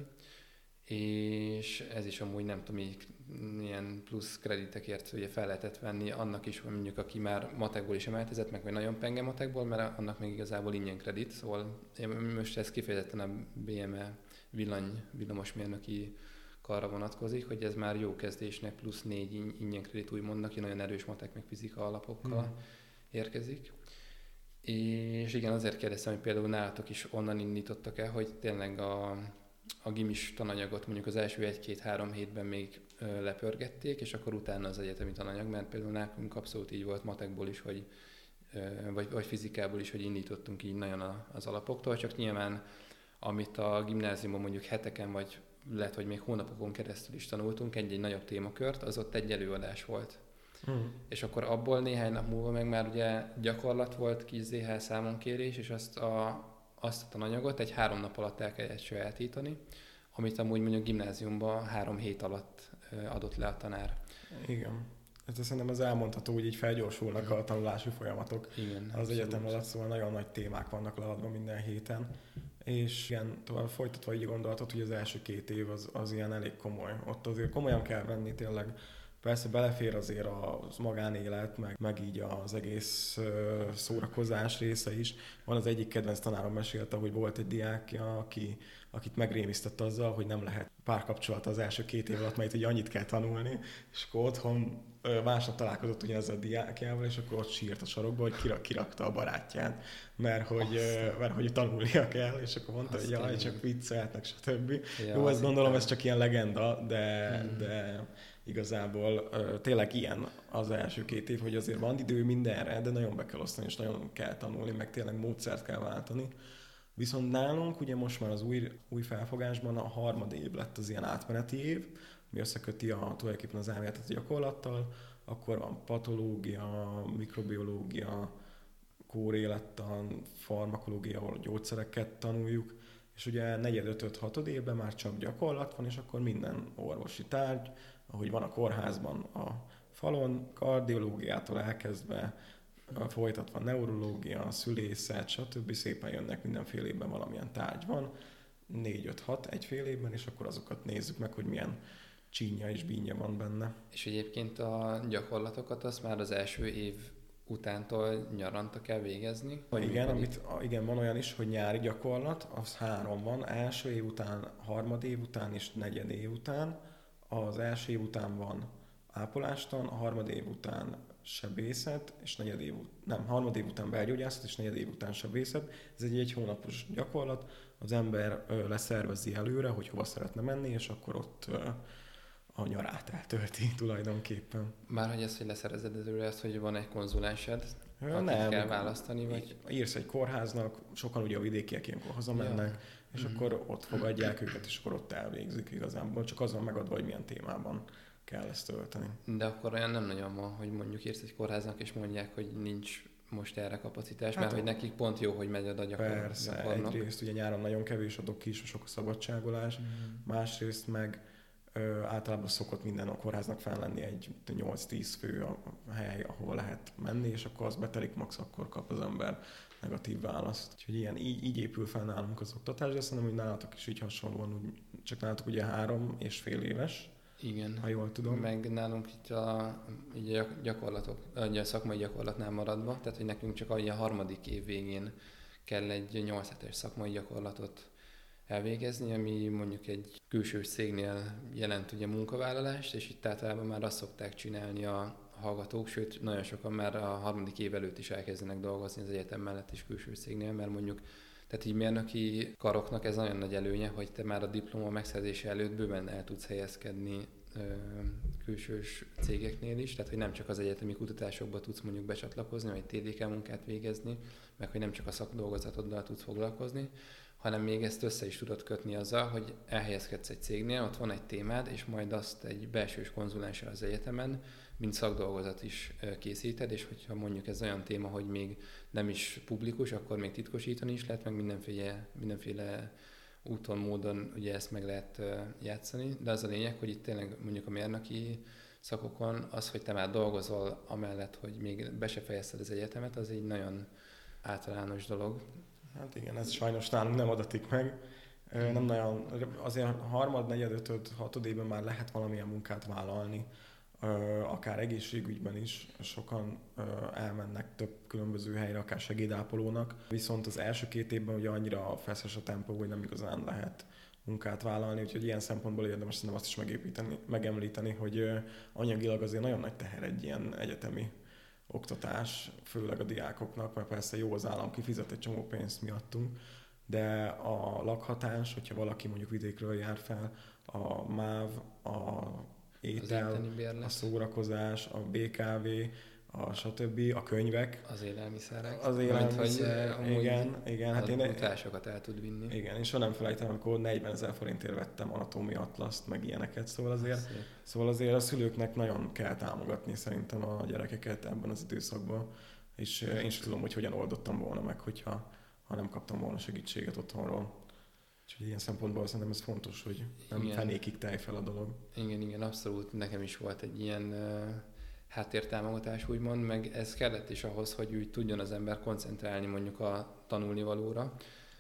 [SPEAKER 2] és ez is amúgy nem tudom, így ilyen plusz kreditekért ugye fel lehetett venni annak is, hogy mondjuk aki már matekból is emeltezett, meg vagy nagyon penge matekból, mert annak még igazából ingyen kredit, szóval most ez kifejezetten a bé em e villany, villamosmérnöki karra vonatkozik, hogy ez már jó kezdésnek plusz négy ingyen kredit úgymond, aki nagyon erős matek meg fizika alapokkal hmm. érkezik. És igen, azért kérdeztem, hogy például nálatok is onnan indítottak el, hogy tényleg a, a gimis tananyagot mondjuk az első egy-két-három hétben még ö, lepörgették, és akkor utána az egyetemi tananyag, mert például nálunk abszolút így volt matekból is, hogy, ö, vagy, vagy fizikából is, hogy indítottunk így nagyon a, az alapoktól, csak nyilván amit a gimnáziumban mondjuk heteken vagy lehet, hogy még hónapokon keresztül is tanultunk egy-egy nagyobb témakört, az ott egy előadás volt. Hmm. És akkor abból néhány nap múlva meg már ugye gyakorlat volt, kis zé há számonkérés, és azt a, azt a tananyagot egy három nap alatt el kellett sajátítani, amit amúgy mondjuk gimnáziumban három hét alatt adott le a tanár.
[SPEAKER 1] Igen. Ez szerintem ez elmondható, hogy így felgyorsulnak a tanulási folyamatok.
[SPEAKER 2] Igen,
[SPEAKER 1] az egyetem alatt, szóval nagyon nagy témák vannak leadva minden héten. És igen, tovább folytatva így gondolatot, hogy az első két év az, az ilyen elég komoly. Ott azért komolyan kell venni tényleg Persze belefér azért a magánélet, meg, meg így az egész szórakozás része is. Van az egyik kedvenc tanárom mesélte, hogy volt egy diákja, aki, akit megrémisztett azzal, hogy nem lehet párkapcsolata az első két év alatt, mert így annyit kell tanulni, és akkor otthon másnap találkozott ugyanezzel a diákjával, és akkor ott sírt a sarokba, hogy kirak, kirakta a barátját, mert hogy, mert hogy tanulnia kell, és akkor mondta, hogy jaj, csak viccelhetnek, stb. Ja, Jó, ezt gondolom, ez csak ilyen legenda, de, hmm. de igazából tényleg ilyen az első két év, hogy azért van idő mindenre, de nagyon be kell osztani, és nagyon kell tanulni, meg tényleg módszert kell váltani. Viszont nálunk ugye most már az új, új felfogásban a harmad év lett az ilyen átmeneti év, ami összeköti a, tulajdonképpen az elméletet a gyakorlattal, akkor van patológia, mikrobiológia, kórélettan, farmakológia, ahol a gyógyszereket tanuljuk, és ugye negyed, ötöd, hatod évben már csak gyakorlat van, és akkor minden orvosi tárgy, ahogy van a kórházban a falon, kardiológiától elkezdve, folytatva neurológia, szülészet, stb. Szépen jönnek mindenféle évben valamilyen tárgy van, négy, öt, hat egyfél évben, és akkor azokat nézzük meg, hogy milyen csínya és bínja van benne.
[SPEAKER 2] És egyébként a gyakorlatokat azt már az első év utántól nyaranta kell végezni?
[SPEAKER 1] Igen, amit, igen, van olyan is, hogy nyári gyakorlat, az három van, első év után, harmad év után és negyed év után. Az első év után van ápolástan, a harmad év után sebészet, és negyed év, nem, harmad év után belgyógyászat, és negyed év után sebészet. Ez egy egy hónapos gyakorlat, az ember ö, leszervezi előre, hogy hova szeretne menni, és akkor ott ö, a nyarát eltölti tulajdonképpen.
[SPEAKER 2] Már hogy ezt, hogy leszerezed előre, ezt, hogy van egy konzulensed, akit
[SPEAKER 1] nem,
[SPEAKER 2] kell választani, vagy?
[SPEAKER 1] Írsz egy kórháznak, sokan ugye a vidékiek ilyenkor hazamennek, ja. és mm-hmm. akkor ott fogadják őket, és akkor ott elvégzik igazából. Csak az van megadva, hogy milyen témában kell ezt tölteni.
[SPEAKER 2] De akkor olyan nem nagyon van, hogy mondjuk írsz egy kórháznak, és mondják, hogy nincs most erre kapacitás, hát mert a... hogy nekik pont jó, hogy megy a gyakor...
[SPEAKER 1] Persze, gyakornok. Egyrészt ugye nyáron nagyon kevés adok ki, és sok a szabadságolás, mm. másrészt meg ö, általában szokott minden a kórháznak fel lenni egy nyolc-tíz fő a hely, ahova lehet menni, és akkor az betelik, max akkor kap az ember negatív választ. Úgyhogy ilyen, így, így épül fel nálunk az oktatás, de szerintem, hogy nálatok is így hasonlóan, úgy, csak nálatok ugye három és fél éves.
[SPEAKER 2] Igen,
[SPEAKER 1] ha jól tudom.
[SPEAKER 2] Meg nálunk itt a, így a gyakorlatok, a szakmai gyakorlatnál maradva, tehát hogy nekünk csak a harmadik év végén kell egy nyolc hetes szakmai gyakorlatot elvégezni, ami mondjuk egy külső cégnél jelent ugye munkavállalást, és itt általában már azt szokták csinálni a hallgatók, sőt nagyon sokan már a harmadik év előtt is elkezdenek dolgozni az egyetem mellett is külső cégnél, mert mondjuk tehát így mérnöki karoknak ez nagyon nagy előnye, hogy te már a diploma megszerzése előtt bőven el tudsz helyezkedni ö, külsős cégeknél is, tehát hogy nem csak az egyetemi kutatásokba tudsz mondjuk becsatlakozni, vagy té dé ká munkát végezni, meg hogy nem csak a szakdolgozatoddal tudsz foglalkozni, hanem még ezt össze is tudod kötni azzal, hogy elhelyezkedsz egy cégnél, ott van egy témád, és majd azt egy belsős konzulenssel az egyetemen, mint szakdolgozat is készíted, és hogyha mondjuk ez olyan téma, hogy még nem is publikus, akkor még titkosítani is lehet, meg mindenféle, mindenféle úton, módon ugye ezt meg lehet játszani, de az a lényeg, hogy itt tényleg mondjuk a mérnöki szakokon az, hogy te már dolgozol amellett, hogy még be se fejezted az egyetemet, az egy nagyon általános dolog.
[SPEAKER 1] Hát igen, ez sajnos nálunk nem adatik meg. Nem nagyon, azért harmad, negyed, ötöd, hatod évben már lehet valamilyen munkát vállalni, akár egészségügyben is, sokan elmennek több különböző helyre, akár segédápolónak, viszont az első két évben ugye annyira feszes a tempó, hogy nem igazán lehet munkát vállalni, úgyhogy ilyen szempontból érdemes szerintem azt is megépíteni, megemlíteni, hogy anyagilag azért nagyon nagy teher egy ilyen egyetemi oktatás, főleg a diákoknak, mert persze jó az állam kifizet egy csomó pénzt miattunk, de a lakhatás, hogyha valaki mondjuk vidékről jár fel, a MÁV, a étel, a szórakozás, a bé ká vé, a stb., a könyvek.
[SPEAKER 2] Az élelmiszerek.
[SPEAKER 1] Az élelmiszer,
[SPEAKER 2] hogy,
[SPEAKER 1] igen, igen. Hát én
[SPEAKER 2] utásokat el tud vinni.
[SPEAKER 1] Igen, és soha nem felejtem, amikor negyvenezer forintért vettem anatómia atlaszt, meg ilyeneket, szóval azért, szóval azért a szülőknek nagyon kell támogatni szerintem a gyerekeket ebben az időszakban, és én sem tudom, hogy hogyan oldottam volna meg, hogyha ha nem kaptam volna segítséget otthonról. Úgyhogy ilyen szempontból szerintem ez fontos, hogy nem igen. fenékig telj fel a dolog.
[SPEAKER 2] Igen, igen, abszolút. Nekem is volt egy ilyen uh, háttértámogatás, úgymond, meg ez kellett is ahhoz, hogy úgy tudjon az ember koncentrálni mondjuk a tanulnivalóra,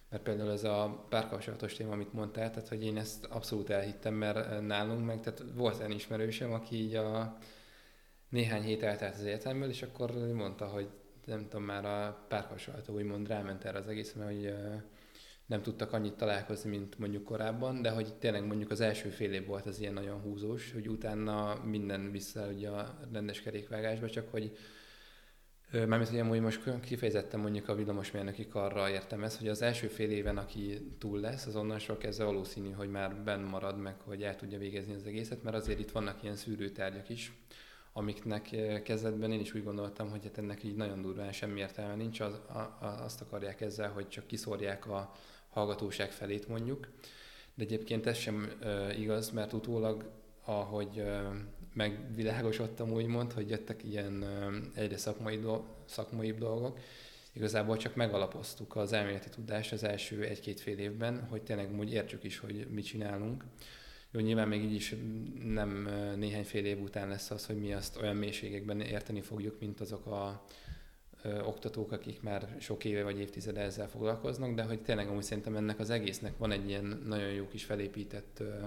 [SPEAKER 2] Mert például ez a párkapcsolatos téma, amit mondtál, tehát hogy én ezt abszolút elhittem, mert nálunk meg, tehát volt olyan ismerősöm, aki így a néhány hét eltelt az egyetemből, és akkor mondta, hogy nem tudom, már a párkapcsolata úgymond ráment erre az egész, mert hogy nem tudtak annyit találkozni, mint mondjuk korábban, de hogy tényleg mondjuk az első fél év volt az ilyen nagyon húzós, hogy utána minden vissza ugye a rendes kerékvágásba, csak hogy mármint, hogy amúgy most kifejezetten mondjuk a villamosmérnöki karra értem ezt, hogy az első fél éven, aki túl lesz, az onnantól kezdve valószínű, hogy már benn marad meg, hogy el tudja végezni az egészet, mert azért itt vannak ilyen szűrőtárgyak is, amiknek kezdetben én is úgy gondoltam, hogy hát ennek így nagyon durván semmi értelme nincs, az, a, a, azt akarják ezzel, hogy csak kiszórják a hallgatóság felét mondjuk, de egyébként ez sem e, igaz, mert utólag, ahogy e, megvilágosodtam úgymond, hogy jöttek ilyen e, egyre szakmai, do, szakmaibb dolgok, igazából csak megalapoztuk az elméleti tudást az első egy-két fél évben, hogy tényleg úgy értsük is, hogy mit csinálunk. Jó, nyilván még így is nem néhány fél év után lesz az, hogy mi azt olyan mélységekben érteni fogjuk, mint azok a ö, oktatók, akik már sok éve vagy évtizede ezzel foglalkoznak, de hogy tényleg amúgy szerintem ennek az egésznek van egy ilyen nagyon jó kis felépített ö,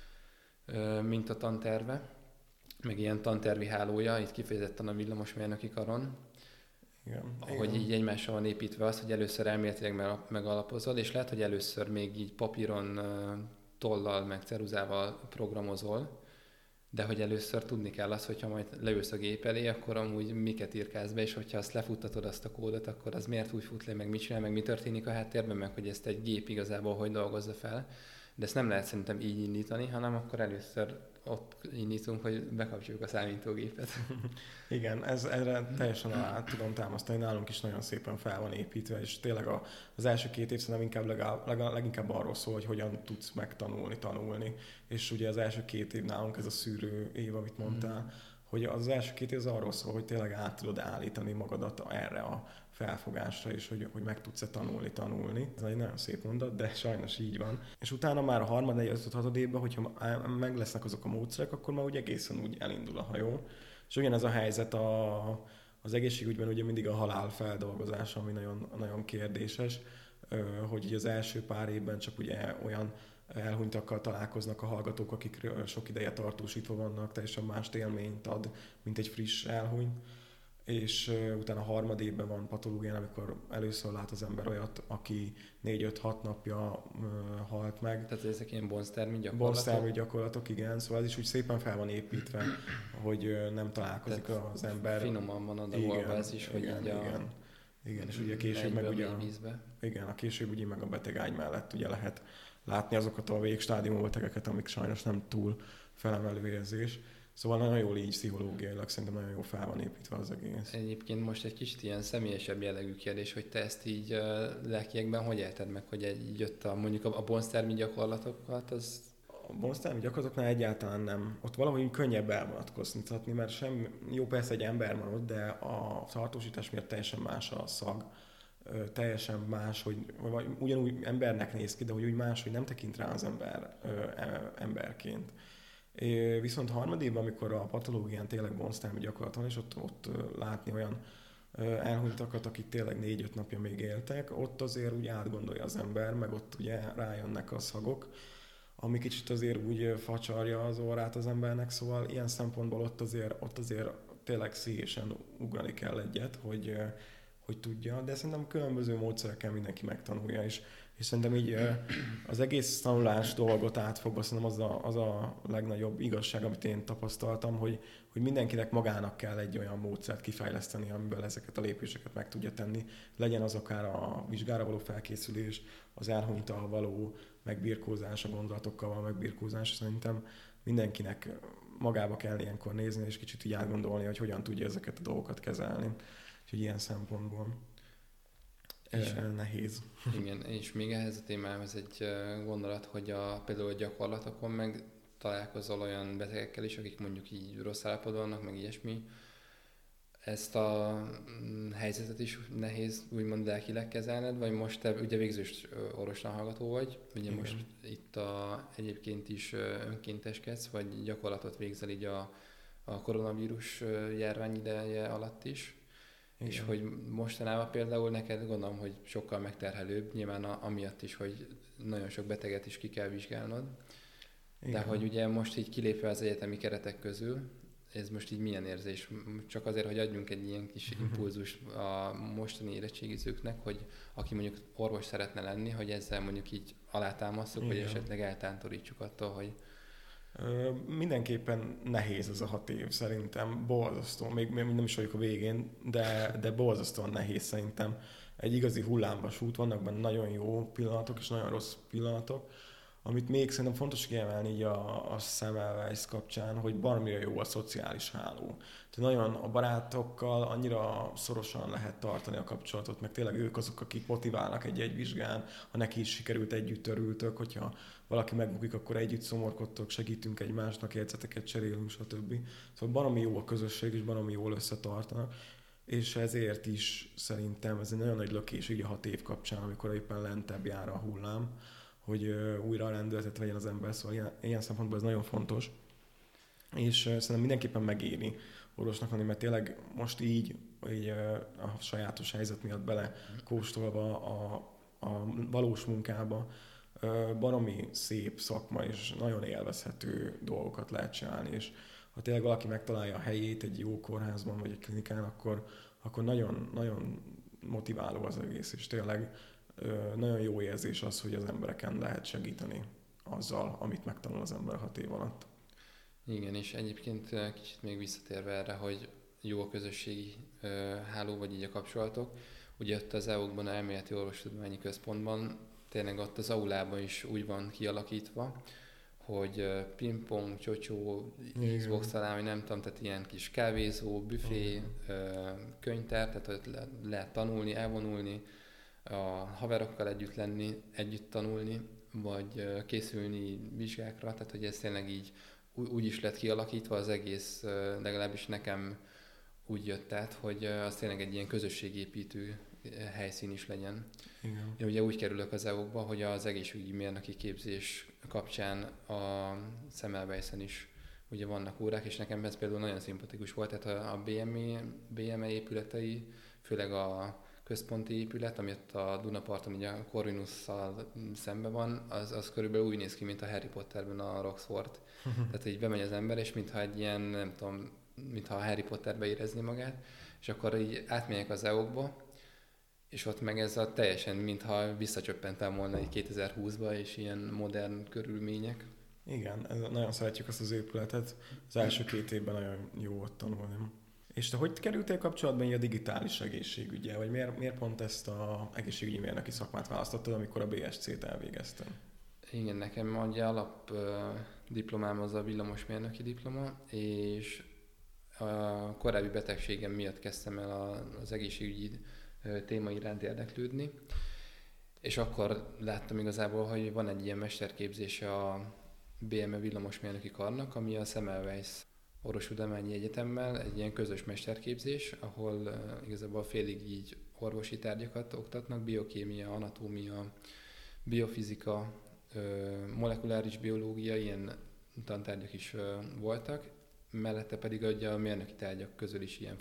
[SPEAKER 2] ö, mintatanterve, meg ilyen tantervi hálója, itt kifejezetten a villamosmérnöki karon,
[SPEAKER 1] igen,
[SPEAKER 2] ahogy
[SPEAKER 1] igen.
[SPEAKER 2] így egymással van építve az, hogy először elméletileg megalapozod, és lehet, hogy először még így papíron tollal, meg ceruzával programozol, de hogy először tudni kell azt, hogyha majd leülsz a gép elé, akkor amúgy miket írkálsz be, és hogyha azt lefuttatod azt a kódot, akkor az miért úgy fut le, meg mit csinál, meg mi történik a háttérben, meg hogy ezt egy gép igazából hogy dolgozza fel. De ezt nem lehet szerintem így indítani, hanem akkor először ott indítunk, hogy bekapcsoljuk a számítógépet.
[SPEAKER 1] Igen, ez erre teljesen alá tudom támasztani, nálunk is nagyon szépen fel van építve, és tényleg a, az első két év szerintem inkább legalább, legalább, leginkább arról szól, hogy hogyan tudsz megtanulni, tanulni. És ugye az első két év nálunk ez a szűrő év, amit mondtál, mm. hogy az első két év az arról szól, hogy tényleg át tudod állítani magadat erre a felfogásra, és hogy, hogy meg tudsz-e tanulni, tanulni. Ez egy nagyon szép mondat, de sajnos így van. És utána már a harmad, negyedik, ötöd, hatod évben, hogyha meg lesznek azok a módszerek, akkor már úgy egészen úgy elindul a hajó. És ugyanez a helyzet a, az egészségügyben ugye mindig a halál feldolgozása, ami nagyon, nagyon kérdéses, hogy ugye az első pár évben csak ugye olyan elhunytakkal találkoznak a hallgatók, akik sok ideje tartósítva vannak, teljesen más élményt ad, mint egy friss elhunyt. És uh, utána a harmad évben van patológián, amikor először lát az ember olyat, aki négy-öt-hat napja uh, halt meg.
[SPEAKER 2] Tehát ezek ilyen bonsztermi gyakorlatok?
[SPEAKER 1] Bonsztermi gyakorlatok, igen. Szóval ez is úgy szépen fel van építve, hogy uh, nem találkozik tehát az ember.
[SPEAKER 2] Finoman van adagolva ez is, hogy
[SPEAKER 1] igen,
[SPEAKER 2] így a...
[SPEAKER 1] Igen. Igen, és ugye később meg ugye... A, igen, a később ugye meg a betegágy mellett ugye lehet látni azokat a végstádiumú betegeket, amik sajnos nem túl felemelő érzés. Szóval nagyon jól így pszichológiailag szerintem nagyon jól fel van építve az egész.
[SPEAKER 2] Egyébként most egy kicsit ilyen személyesebb jellegű kérdés, hogy te ezt így uh, lelkiekben hogy élted meg, hogy egy, jött a, mondjuk a, a bonsztermi gyakorlatokat, az...
[SPEAKER 1] A bonsztermi gyakorlatoknál egyáltalán nem. Ott valahogy könnyebb elvonatkoztatni, mert sem, jó persze egy ember van ott, de a tartósítás miatt teljesen más a szag. Ö, teljesen más, hogy vagy ugyanúgy embernek néz ki, de hogy úgy más, hogy nem tekint rá az ember ö, emberként. É, viszont harmadében, amikor a patológián tényleg bonsztermi gyakorlat van, és ott, ott látni olyan elhunytakat, akik tényleg négy-öt napja még éltek, ott azért úgy átgondolja az ember, meg ott ugye rájönnek a szagok, ami kicsit azért úgy facsarja az orrát az embernek, szóval ilyen szempontból ott azért, ott azért tényleg szívesen ugrani kell egyet, hogy, hogy tudja, de szerintem különböző módszerekkel mindenki megtanulja, és És szerintem így az egész tanulás dolgot átfogva szerintem az a, az a legnagyobb igazság, amit én tapasztaltam, hogy, hogy mindenkinek magának kell egy olyan módszert kifejleszteni, amiből ezeket a lépéseket meg tudja tenni. Legyen az akár a vizsgára való felkészülés, az elhunyttal való megbirkózás, a gondolatokkal való megbirkózás. Szerintem mindenkinek magába kell ilyenkor nézni, és kicsit így átgondolni, hogy hogyan tudja ezeket a dolgokat kezelni. Úgyhogy ilyen szempontból. És nehéz.
[SPEAKER 2] Igen, és még ehhez a témához egy gondolat, hogy a, például a gyakorlatokon meg találkozol olyan betegekkel is, akik mondjuk így rossz állapotban vannak, meg ilyesmi. Ezt a helyzetet is nehéz úgymond lelkileg kezelned, vagy most te ugye végzős orvostan hallgató vagy, ugye igen. Most itt a, egyébként is önkénteskedsz, vagy gyakorlatot végzel így a, a koronavírus járvány ideje alatt is.
[SPEAKER 1] Igen.
[SPEAKER 2] És hogy mostanában például neked gondolom, hogy sokkal megterhelőbb, nyilván a, amiatt is, hogy nagyon sok beteget is ki kell vizsgálnod. Igen. De hogy ugye most így kilépve az egyetemi keretek közül, ez most így milyen érzés? Csak azért, hogy adjunk egy ilyen kis impulzust a mostani érettségizőknek, hogy aki mondjuk orvos szeretne lenni, hogy ezzel mondjuk így alátámasztjuk, vagy esetleg eltántorítsuk attól, hogy...
[SPEAKER 1] Ö, mindenképpen nehéz ez a hat év szerintem, borzasztó, még, még nem is vagyok a végén, de, de borzasztóan nehéz szerintem. Egy igazi hullámvasút, vannak benne nagyon jó pillanatok és nagyon rossz pillanatok. Amit még szerintem fontos kiemelni így a, a Semmelweis kapcsán, hogy baromira jó a szociális háló. Tehát nagyon a barátokkal annyira szorosan lehet tartani a kapcsolatot, meg tényleg ők azok, akik motiválnak egy-egy vizsgán, ha neki is sikerült, együtt örültök, hogyha valaki megbukik, akkor együtt szomorkodtok, segítünk egymásnak, jegyzeteket cserélünk, stb. Szóval baromi jó a közösség, és baromi jól összetartanak. És ezért is szerintem ez egy nagyon nagy lökés így a hat év kapcsán, amikor éppen lentebb jár a hullám, hogy újra a lendületet vegyen az ember, szóval ilyen, ilyen szempontból ez nagyon fontos. És szerintem mindenképpen megéri orvosnak lenni, mert tényleg most így, így a sajátos helyzet miatt bele kóstolva a, a valós munkába, baromi szép szakma és nagyon élvezhető dolgokat lehet csinálni, és ha tényleg valaki megtalálja a helyét egy jó kórházban vagy egy klinikán, akkor, akkor nagyon, nagyon motiváló az egész, és tényleg nagyon jó érzés az, hogy az embereken lehet segíteni azzal, amit megtanul az ember hat év alatt.
[SPEAKER 2] Igen, és egyébként kicsit még visszatérve erre, hogy jó a közösségi háló, vagy így a kapcsolatok. Ugye ott az é u-kban, Elméleti Orvostudományi Központban, tényleg ott az aulában is úgy van kialakítva, hogy pingpong, csocsó, Xbox talán, vagy nem tudom, tehát ilyen kis kávézó, büfé, könyvtár, tehát ott le, lehet tanulni, elvonulni, a haverokkal együtt lenni, együtt tanulni, vagy készülni vizsgákra, tehát hogy ez tényleg így úgy is lett kialakítva az egész, legalábbis nekem úgy jött át, hogy az tényleg egy ilyen közösségépítő helyszín is legyen.
[SPEAKER 1] Igen.
[SPEAKER 2] Én ugye úgy kerülök az é u-kba, hogy az egészségügyi mérnöki képzés kapcsán a Semmelweisen is ugye vannak órák, és nekem ez például nagyon szimpatikus volt, tehát a bé em é, bé em é épületei, főleg a központi épület, ami ott a Dunaparton, ugye a Corvinusszal szemben van, az, az körülbelül úgy néz ki, mint a Harry Potterben a Roxford. Tehát így bemegy az ember, és mintha egy ilyen, nem tudom, mintha a Harry Potterbe érezni magát, és akkor így átmegyek az é u-kba, és ott meg ez a teljesen, mintha visszacsöppentem volna így kétezer-húszba, és ilyen modern körülmények.
[SPEAKER 1] Igen, ez, nagyon szeretjük azt az épületet. Az első két évben nagyon jó ott tanulni. És te hogy kerültél kapcsolatban a digitális egészségügyel, vagy miért, miért pont ezt az egészségügyi mérnöki szakmát választottad, amikor a bé es cét elvégezted?
[SPEAKER 2] Igen, nekem ugye alap uh, diplomám az a villamosmérnöki diploma, és a korábbi betegségem miatt kezdtem el a, az egészségügyi uh, téma iránt érdeklődni, és akkor láttam igazából, hogy van egy ilyen mesterképzése a bé em e villamosmérnöki karnak, ami a Semmelweis Orvostudományi Egyetemmel egy ilyen közös mesterképzés, ahol uh, igazából félig így orvosi tárgyakat oktatnak, biokémia, anatómia, biofizika, uh, molekuláris biológia, ilyen tantárgyak is uh, voltak, mellette pedig ugye a mérnöki tárgyak közül is ilyen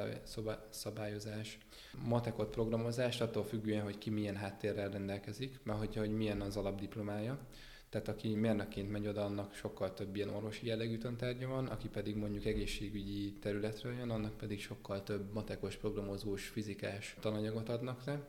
[SPEAKER 2] folyamasszabályozás, matekot programozást, attól függően, hogy ki milyen háttérrel rendelkezik, mert hogyha, hogy milyen az alapdiplomája. Tehát aki mérnökként megy oda, annak sokkal több ilyen orvosi jellegű tantárgya van, aki pedig mondjuk egészségügyi területről jön, annak pedig sokkal több matekos, programozós, fizikás tananyagot adnak le.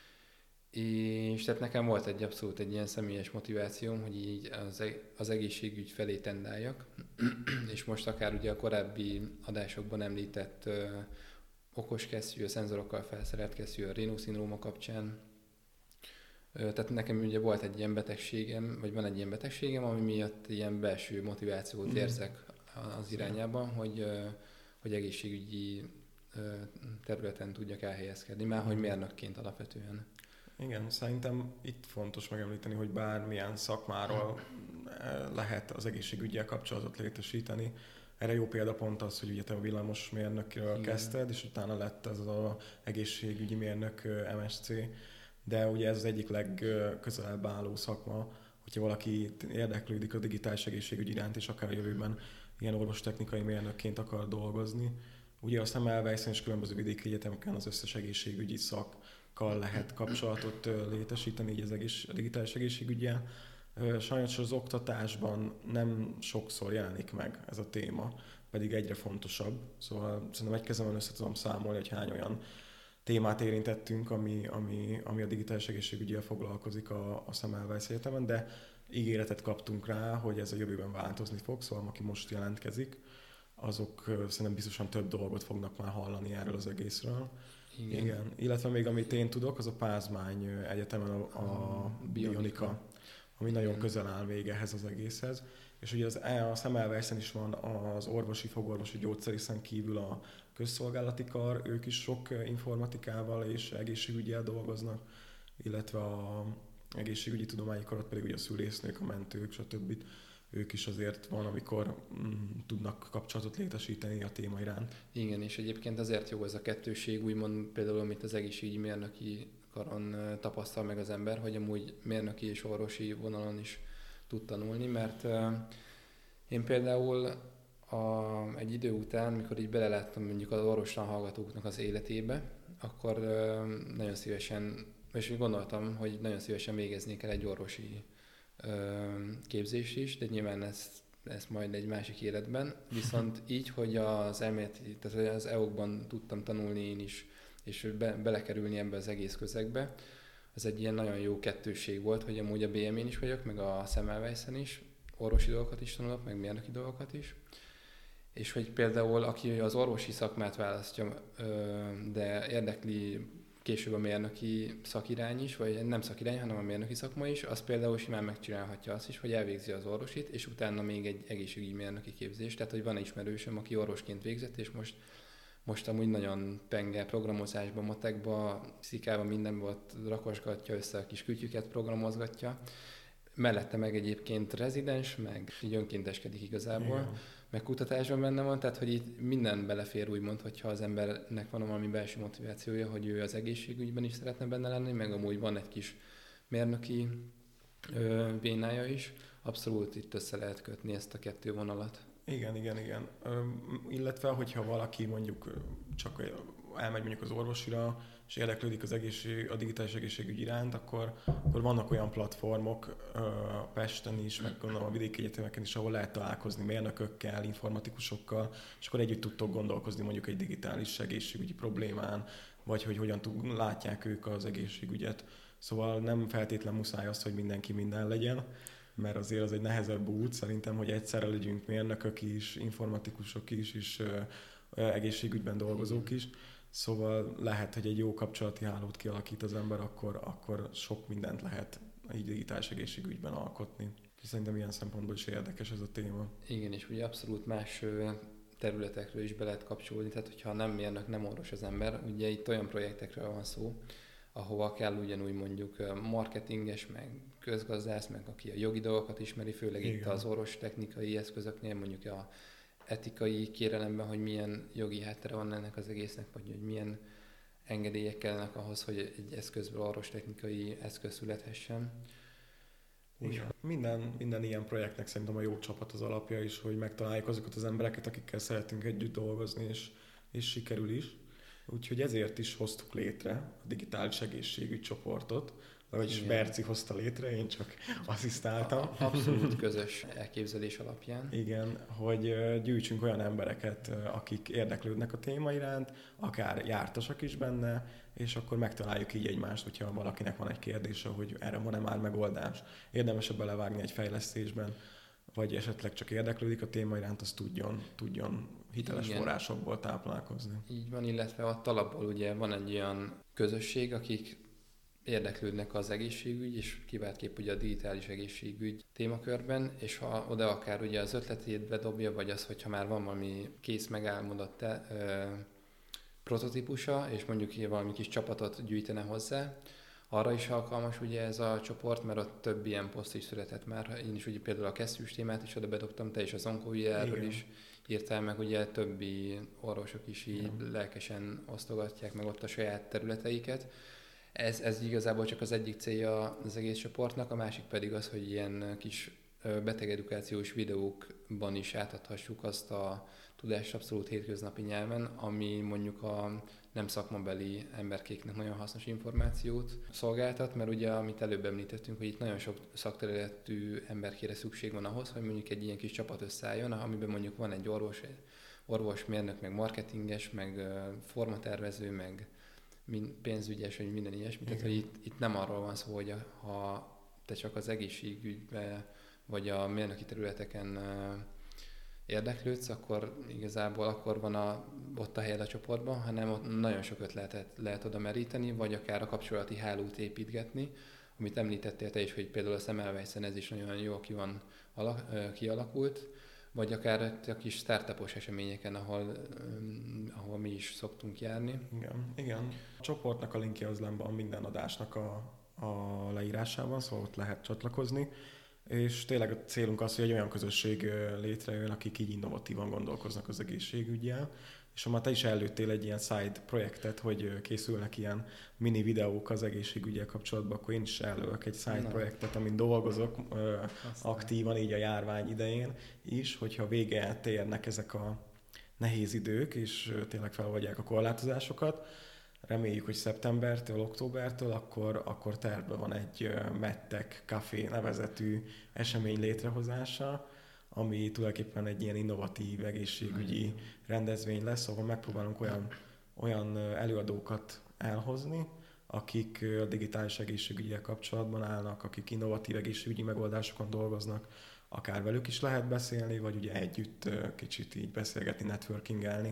[SPEAKER 2] És tehát nekem volt egy abszolút egy ilyen személyes motivációm, hogy így az, az egészségügy felé tendáljak. És most akár ugye a korábbi adásokban említett ö, okos kesztyű, a szenzorokkal felszerelt kesztyű a Raynaud-szindróma kapcsán. Tehát nekem ugye volt egy ilyen betegségem, vagy van egy ilyen betegségem, ami miatt ilyen belső motivációt érzek az irányában, hogy, hogy egészségügyi területen tudjak elhelyezkedni, már hogy mérnökként alapvetően.
[SPEAKER 1] Igen, szerintem itt fontos megemlíteni, hogy bármilyen szakmáról lehet az egészségügyivel kapcsolatot létesíteni. Erre jó példa pont az, hogy ugye te a villamosmérnökről kezdted, és utána lett ez az egészségügyi mérnök em es cé. De ugye ez az egyik legközelebb álló szakma, hogyha valaki érdeklődik a digitális egészségügy iránt, és akár a jövőben ilyen orvostechnikai mérnökként akar dolgozni, Ugye a Semmelweisen és különböző vidéki egyetemeken az összes egészségügyi szakkal lehet kapcsolatot létesíteni, így az egész, a digitális egészségügyel. Sajnos az oktatásban nem sokszor jelenik meg ez a téma, pedig egyre fontosabb. Szóval szerintem egy kezemben össze tudom számolni, hogy hány olyan témát érintettünk, ami, ami, ami a digitális egészségügyel foglalkozik a, a Semmelweis Egyetemen, de ígéretet kaptunk rá, hogy ez a jövőben változni fog, szóval aki most jelentkezik, azok szerintem biztosan több dolgot fognak már hallani erről az egészről. Igen. Igen. Illetve még amit én tudok, az a Pázmány Egyetemen a, a bionika, bionika, ami Igen. nagyon közel áll még ehhez az egészhez. És ugye az, a Semmelweisen is van az orvosi, fogorvosi gyógyszerészen kívül a közszolgálati kar, ők is sok informatikával és egészségügyel dolgoznak, illetve a egészségügyi tudományi karat pedig ugye a szülésznők, a mentők, stb. Ők is azért van, amikor mm, tudnak kapcsolatot létesíteni a téma iránt.
[SPEAKER 2] Igen, és egyébként azért jó ez a kettőség, úgymond például, amit az egészségügyi mérnöki karon tapasztal meg az ember, hogy amúgy mérnöki és orvosi vonalon is tud tanulni, mert uh, én például a, egy idő után, mikor így beleláttam mondjuk az orvostan hallgatóknak az életébe, akkor uh, nagyon szívesen, és úgy gondoltam, hogy nagyon szívesen végeznék el egy orvosi képzést is, de nyilván ezt, ezt majd egy másik életben. Viszont így, hogy az elméleti, tehát az é u-kban tudtam tanulni én is, és be, belekerülni ebbe az egész közegbe, az egy ilyen nagyon jó kettősség volt, hogy amúgy a bé em én is vagyok, meg a Semmelweisen is, orvosi dolgokat is tanulok, meg mérnöki dolgokat is. És hogy például aki az orvosi szakmát választja, de érdekli később a mérnöki szakirány is, vagy nem szakirány, hanem a mérnöki szakma is, az például simán megcsinálhatja azt is, hogy elvégzi az orvosit, és utána még egy egészségügyi mérnöki képzés. Tehát, hogy van egy ismerősöm, aki orvosként végzett, és most, most amúgy nagyon penge programozásban, matekba, szikába, mindenben ott rakosgatja össze a kis kütyüket, programozgatja. Mellette meg egyébként rezidens, meg így önkénteskedik igazából. Igen. Meg kutatásban benne van, tehát hogy itt minden belefér, úgymond, hogyha az embernek van valami belső motivációja, hogy ő az egészségügyben is szeretne benne lenni, meg amúgy van egy kis mérnöki ö, vénája is. Abszolút itt össze lehet kötni ezt a kettő vonalat.
[SPEAKER 1] Igen, igen, igen. Ö, illetve, hogyha valaki mondjuk csak elmegy mondjuk az orvosira, és érdeklődik az egészség, a digitális egészségügy iránt, akkor, akkor vannak olyan platformok uh, Pesten is, meg gondolom a vidéki egyetemeken is, ahol lehet találkozni mérnökökkel, informatikusokkal, és akkor együtt tudtok gondolkozni mondjuk egy digitális egészségügyi problémán, vagy hogy hogyan tud, látják ők az egészségügyet. Szóval nem feltétlen muszáj az, hogy mindenki minden legyen, mert azért az egy nehezebb út, szerintem, hogy egyszerre legyünk mérnökök is, informatikusok is, és uh, egészségügyben dolgozók is. Szóval lehet, hogy egy jó kapcsolati hálót kialakít az ember, akkor, akkor sok mindent lehet így digitális egészségügyben alkotni. És szerintem ilyen szempontból is érdekes ez a téma.
[SPEAKER 2] Igen, és ugye abszolút más területekről is be lehet kapcsolódni, tehát hogyha nem mérnök, nem orvos az ember, ugye itt olyan projektekről van szó, ahova kell ugyanúgy mondjuk marketinges, meg közgazdász, meg aki a jogi dolgokat ismeri, főleg Igen. itt az orvostechnikai eszközöknél, mondjuk a etikai kérelemben, hogy milyen jogi háttere van ennek az egésznek, vagy hogy milyen engedélyek kellenek ahhoz, hogy egy eszközből orvostechnikai eszköz születhessen.
[SPEAKER 1] Igen. Minden, minden ilyen projektnek szerintem a jó csapat az alapja is, hogy megtaláljuk azokat az embereket, akikkel szeretünk együtt dolgozni, és, és sikerül is. Úgyhogy ezért is hoztuk létre a digitális egészségügy csoportot, vagyis Berci hozta létre, én csak asszisztáltam.
[SPEAKER 2] Abszolút közös elképzelés alapján.
[SPEAKER 1] Igen, hogy gyűjtsünk olyan embereket, akik érdeklődnek a téma iránt, akár jártasak is benne, és akkor megtaláljuk így egymást, hogyha valakinek van egy kérdése, hogy erre van-e már megoldás. Érdemes-e belevágni egy fejlesztésben, vagy esetleg csak érdeklődik a téma iránt, az tudjon, tudjon hiteles Igen. forrásokból táplálkozni.
[SPEAKER 2] Így van, illetve a talapból ugye van egy olyan közösség, akik érdeklődnek az egészségügy, és kiváltképp ugye a digitális egészségügy témakörben, és ha oda akár ugye az ötletét bedobja, vagy az, hogyha már van valami kész megálmodott te, ö, prototípusa, és mondjuk valami kis csapatot gyűjtene hozzá, arra is alkalmas ugye ez a csoport, mert ott több ilyen poszt is született már. Én is ugye például a kesztyűs témát is oda bedobtam, te is az onkóviáról is írtál meg, ugye többi orvosok is így Igen. lelkesen osztogatják meg ott a saját területeiket. Ez, ez igazából csak az egyik célja az egész csoportnak, a másik pedig az, hogy ilyen kis betegedukációs videókban is átadhassuk azt a tudást abszolút hétköznapi nyelven, ami mondjuk a nem szakmabeli emberkéknek nagyon hasznos információt szolgáltat, mert ugye, amit előbb említettünk, hogy itt nagyon sok szakterületű emberkére szükség van ahhoz, hogy mondjuk egy ilyen kis csapat összeálljon, amiben mondjuk van egy orvos, orvos, mérnök, meg marketinges, meg formatervező, meg pénzügyes, vagy minden ilyesmi. Tehát, hogy itt, itt nem arról van szó, hogy a, ha te csak az egészségügybe vagy a mérnöki területeken érdeklődsz, akkor igazából akkor van a, ott a helyed a csoportban, hanem ott nagyon sok ötletet lehet oda meríteni, vagy akár a kapcsolati hálót építgetni, amit említettél te is, hogy például a Semmelweisen ez is nagyon jól ki van alak, kialakult, vagy akár a kis startupos eseményeken, ahol, ahol mi is szoktunk járni.
[SPEAKER 1] Igen, igen. A csoportnak a linkje az lenne minden adásnak a, a leírásában, szóval ott lehet csatlakozni. És tényleg a célunk az, hogy egy olyan közösség létrejön, akik így innovatívan gondolkoznak az egészségügyel. És ha már te is előttél egy ilyen side projektet, hogy készülnek ilyen mini videók az egészségügyel kapcsolatban, akkor én is előlök egy side Na. projektet, amin dolgozok Aztán. aktívan így a járvány idején is, hogyha vége térnek ezek a nehéz idők, és tényleg feloldják a korlátozásokat. Reméljük, hogy szeptembertől, októbertől, akkor, akkor tervben van egy MedTech Café nevezetű esemény létrehozása, ami tulajdonképpen egy ilyen innovatív egészségügyi rendezvény lesz, ahol megpróbálunk olyan, olyan előadókat elhozni, akik a digitális egészségügyel kapcsolatban állnak, akik innovatív egészségügyi megoldásokon dolgoznak, akár velük is lehet beszélni, vagy ugye együtt kicsit így beszélgetni, networkingelni,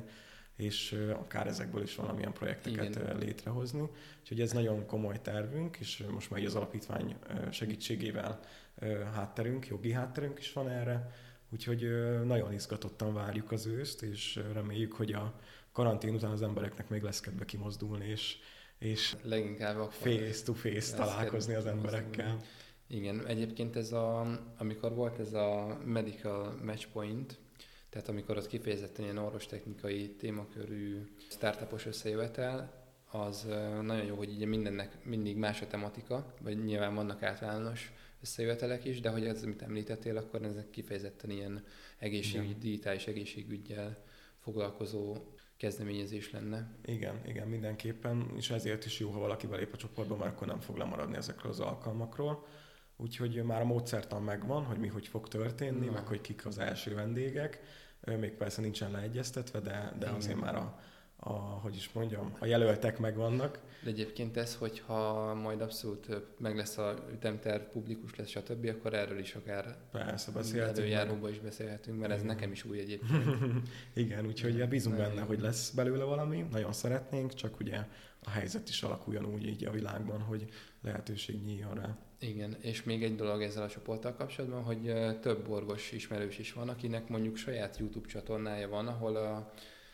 [SPEAKER 1] és akár ezekből is valamilyen projekteket Igen. létrehozni. Úgyhogy ez nagyon komoly tervünk, és most már az alapítvány segítségével hátterünk, jogi hátterünk is van erre, úgyhogy nagyon izgatottan várjuk az őszt, és reméljük, hogy a karantén után az embereknek még lesz kedve kimozdulni, és, és
[SPEAKER 2] leginkább akkor
[SPEAKER 1] face-to-face találkozni az emberekkel. Mozdulni.
[SPEAKER 2] Igen, egyébként ez a, amikor volt ez a Medical Matchpoint, tehát amikor ott kifejezetten ilyen orvostechnikai témakörű startupos összejövetel, az nagyon jó, hogy ugye mindennek mindig más a tematika, vagy nyilván vannak általános összejövetelek is, de hogy ez, amit említettél, akkor ezek kifejezetten ilyen egészségügy, igen. digitális egészségüggyel foglalkozó kezdeményezés lenne.
[SPEAKER 1] Igen, igen, mindenképpen, és ezért is jó, ha valaki belép a csoportba, mert akkor nem fog lemaradni ezekről az alkalmakról. Úgyhogy már a módszertan megvan, hogy mi hogy fog történni, Na. meg hogy kik az első vendégek. Még persze nincsen leegyeztetve, de, de azért már a, a, hogy is mondjam, a jelöltek megvannak.
[SPEAKER 2] De egyébként ez, hogyha majd abszolút meg lesz a ütemterv, publikus lesz, stb., akkor erről is akár
[SPEAKER 1] persze beszélhetünk.
[SPEAKER 2] Előjáróban is beszélhetünk, mert ez Igen. nekem is új egyébként.
[SPEAKER 1] Igen, úgyhogy bízunk benne, hogy lesz belőle valami, nagyon szeretnénk, csak ugye a helyzet is alakuljon úgy így a világban, hogy lehetőség nyíljon rá.
[SPEAKER 2] Igen, és még egy dolog ezzel a csoporttal kapcsolatban, hogy több orvos ismerős is van, akinek mondjuk saját YouTube csatornája van, ahol a,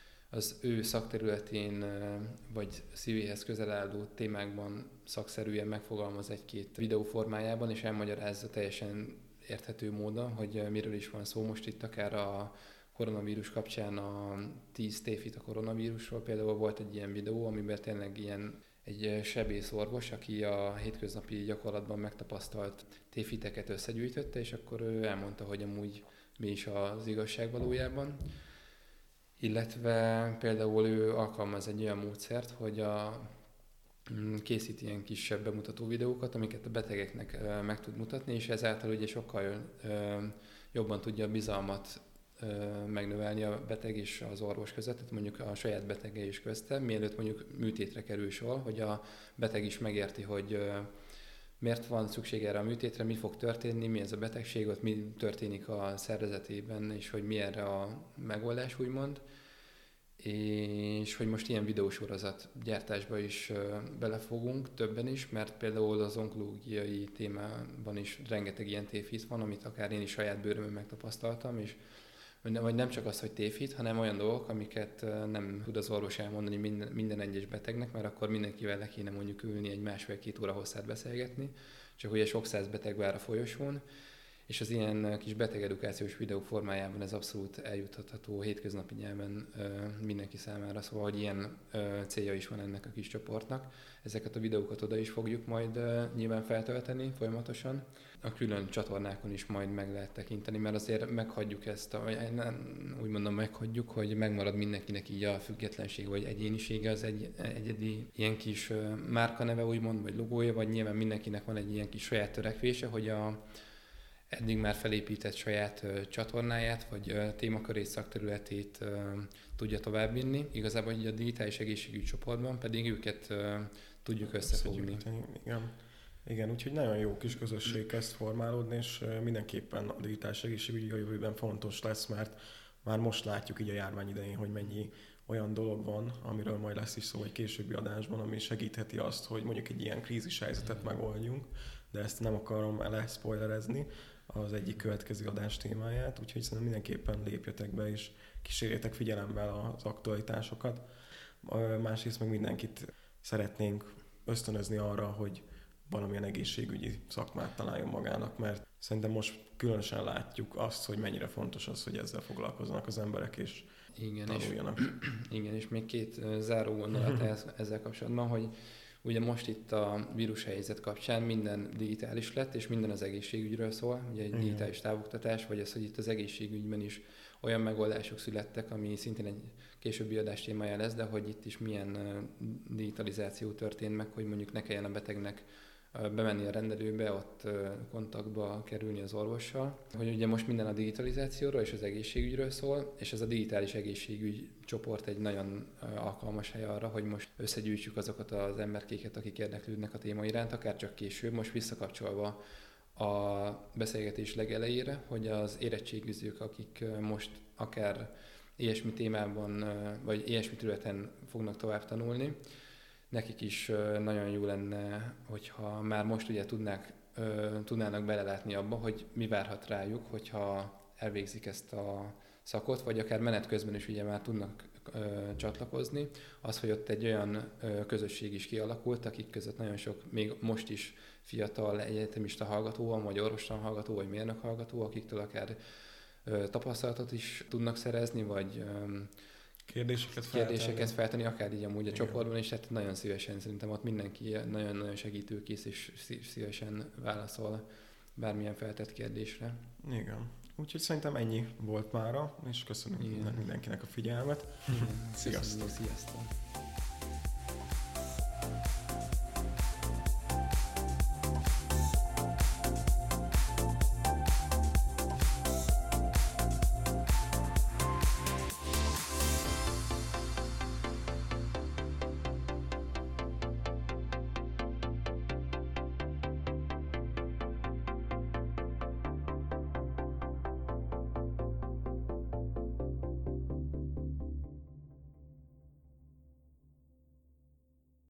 [SPEAKER 2] az ő szakterületén vagy szívéhez közel álló témákban szakszerűen megfogalmaz egy-két videó formájában, és elmagyarázza teljesen érthető módon, hogy miről is van szó. Most itt akár a koronavírus kapcsán a tíz tévhit a koronavírusról például volt egy ilyen videó, amiben tényleg ilyen egy sebészorvos, aki a hétköznapi gyakorlatban megtapasztalt tévhiteket összegyűjtötte, és akkor ő elmondta, hogy amúgy mi is az igazság valójában. Illetve például ő alkalmaz egy olyan módszert, hogy a, készít ilyen kisebb bemutató videókat, amiket a betegeknek meg tud mutatni, és ezáltal ugye sokkal jobban tudja a bizalmat megnövelni a beteg és az orvos között, tehát mondjuk a saját betege is közte, mielőtt mondjuk műtétre kerül sor, hogy a beteg is megérti, hogy miért van szükség erre a műtétre, mi fog történni, mi ez a betegség, ott mi történik a szervezetében, és hogy mi erre a megoldás, úgymond. És hogy most ilyen videósorozat gyártásba is belefogunk, többen is, mert például az onkológiai témában is rengeteg ilyen tévhit van, amit akár én is saját bőrömön megtapasztaltam, és vagy nem csak az, hogy tévhit, hanem olyan dolgok, amiket nem tud az orvos elmondani minden, minden egyes betegnek, mert akkor mindenkivel le kéne mondjuk ülni egy másfél-két óra hosszát beszélgetni, csak ugye sok száz beteg vár a folyosón, és az ilyen kis betegedukációs videó formájában ez abszolút eljutható hétköznapi nyelven mindenki számára, szóval hogy ilyen célja is van ennek a kis csoportnak. Ezeket a videókat oda is fogjuk majd nyilván feltölteni folyamatosan. A külön csatornákon is majd meg lehet tekinteni, mert azért meghagyjuk ezt, a, úgy mondom meghagyjuk, hogy megmarad mindenkinek így a függetlenség vagy egyénisége, az egy, egyedi ilyen kis márkaneve úgymond, vagy logója, vagy nyilván mindenkinek van egy ilyen kis saját törekvése, hogy a eddig már felépített saját uh, csatornáját, vagy uh, témakörét, szakterületét uh, tudja továbbvinni. Igazából így a digitális egészségügy csoportban pedig őket uh, tudjuk összefogni.
[SPEAKER 1] Igen. Igen, úgyhogy nagyon jó kis közösség kezd formálódni, és uh, mindenképpen a digitális egészségügy a jövőben fontos lesz, mert már most látjuk így a járvány idején, hogy mennyi olyan dolog van, amiről majd lesz is szó egy későbbi adásban, ami segítheti azt, hogy mondjuk egy ilyen krízis helyzetet megoldjunk, de ezt nem akarom eleszpoilerezni az egyik következő adás témáját, úgyhogy szerintem mindenképpen lépjetek be és kísérjétek figyelemmel az aktualitásokat. Másrészt meg mindenkit szeretnénk ösztönözni arra, hogy valamilyen egészségügyi szakmát találjon magának, mert szerintem most különösen látjuk azt, hogy mennyire fontos az, hogy ezzel foglalkozzanak az emberek, és
[SPEAKER 2] igen,
[SPEAKER 1] tanuljanak.
[SPEAKER 2] És, igen, és még két záró gondolat ezzel kapcsolatban, hogy ugye most itt a vírushelyzet kapcsán minden digitális lett, és minden az egészségügyről szól, ugye egy digitális távoktatás, vagy az, hogy itt az egészségügyben is olyan megoldások születtek, ami szintén egy későbbi adás témája lesz, de hogy itt is milyen digitalizáció történt meg, hogy mondjuk ne kelljen a betegnek bemenni a rendelőbe, ott kontaktba kerülni az orvossal. Hogy ugye most minden a digitalizációról és az egészségügyről szól, és ez a digitális egészségügy csoport egy nagyon alkalmas hely arra, hogy most összegyűjtsük azokat az emberkéket, akik érdeklődnek a téma iránt, akár csak később, most visszakapcsolva a beszélgetés legelejére, hogy az érettségizők, akik most akár ilyesmi témában, vagy ilyesmi területen fognak tovább tanulni, nekik is nagyon jó lenne, hogyha már most ugye tudnák, tudnának belelátni abba, hogy mi várhat rájuk, hogyha elvégzik ezt a szakot, vagy akár menet közben is ugye már tudnak csatlakozni. Az, hogy ott egy olyan közösség is kialakult, akik között nagyon sok, még most is fiatal egyetemista hallgató van, vagy orvostan hallgató, vagy mérnök hallgató, akiktől akár tapasztalatot is tudnak szerezni, vagy
[SPEAKER 1] Kérdéseket feltenni.
[SPEAKER 2] Kérdéseket feltenni, akár így amúgy a Igen. csoportban is, tehát nagyon szívesen szerintem ott mindenki nagyon-nagyon segítőkész és szívesen válaszol bármilyen feltett kérdésre.
[SPEAKER 1] Igen. Úgyhogy szerintem ennyi volt mára, és köszönöm Igen. mindenkinek a figyelmet.
[SPEAKER 2] Igen. Sziasztok! Sziasztok.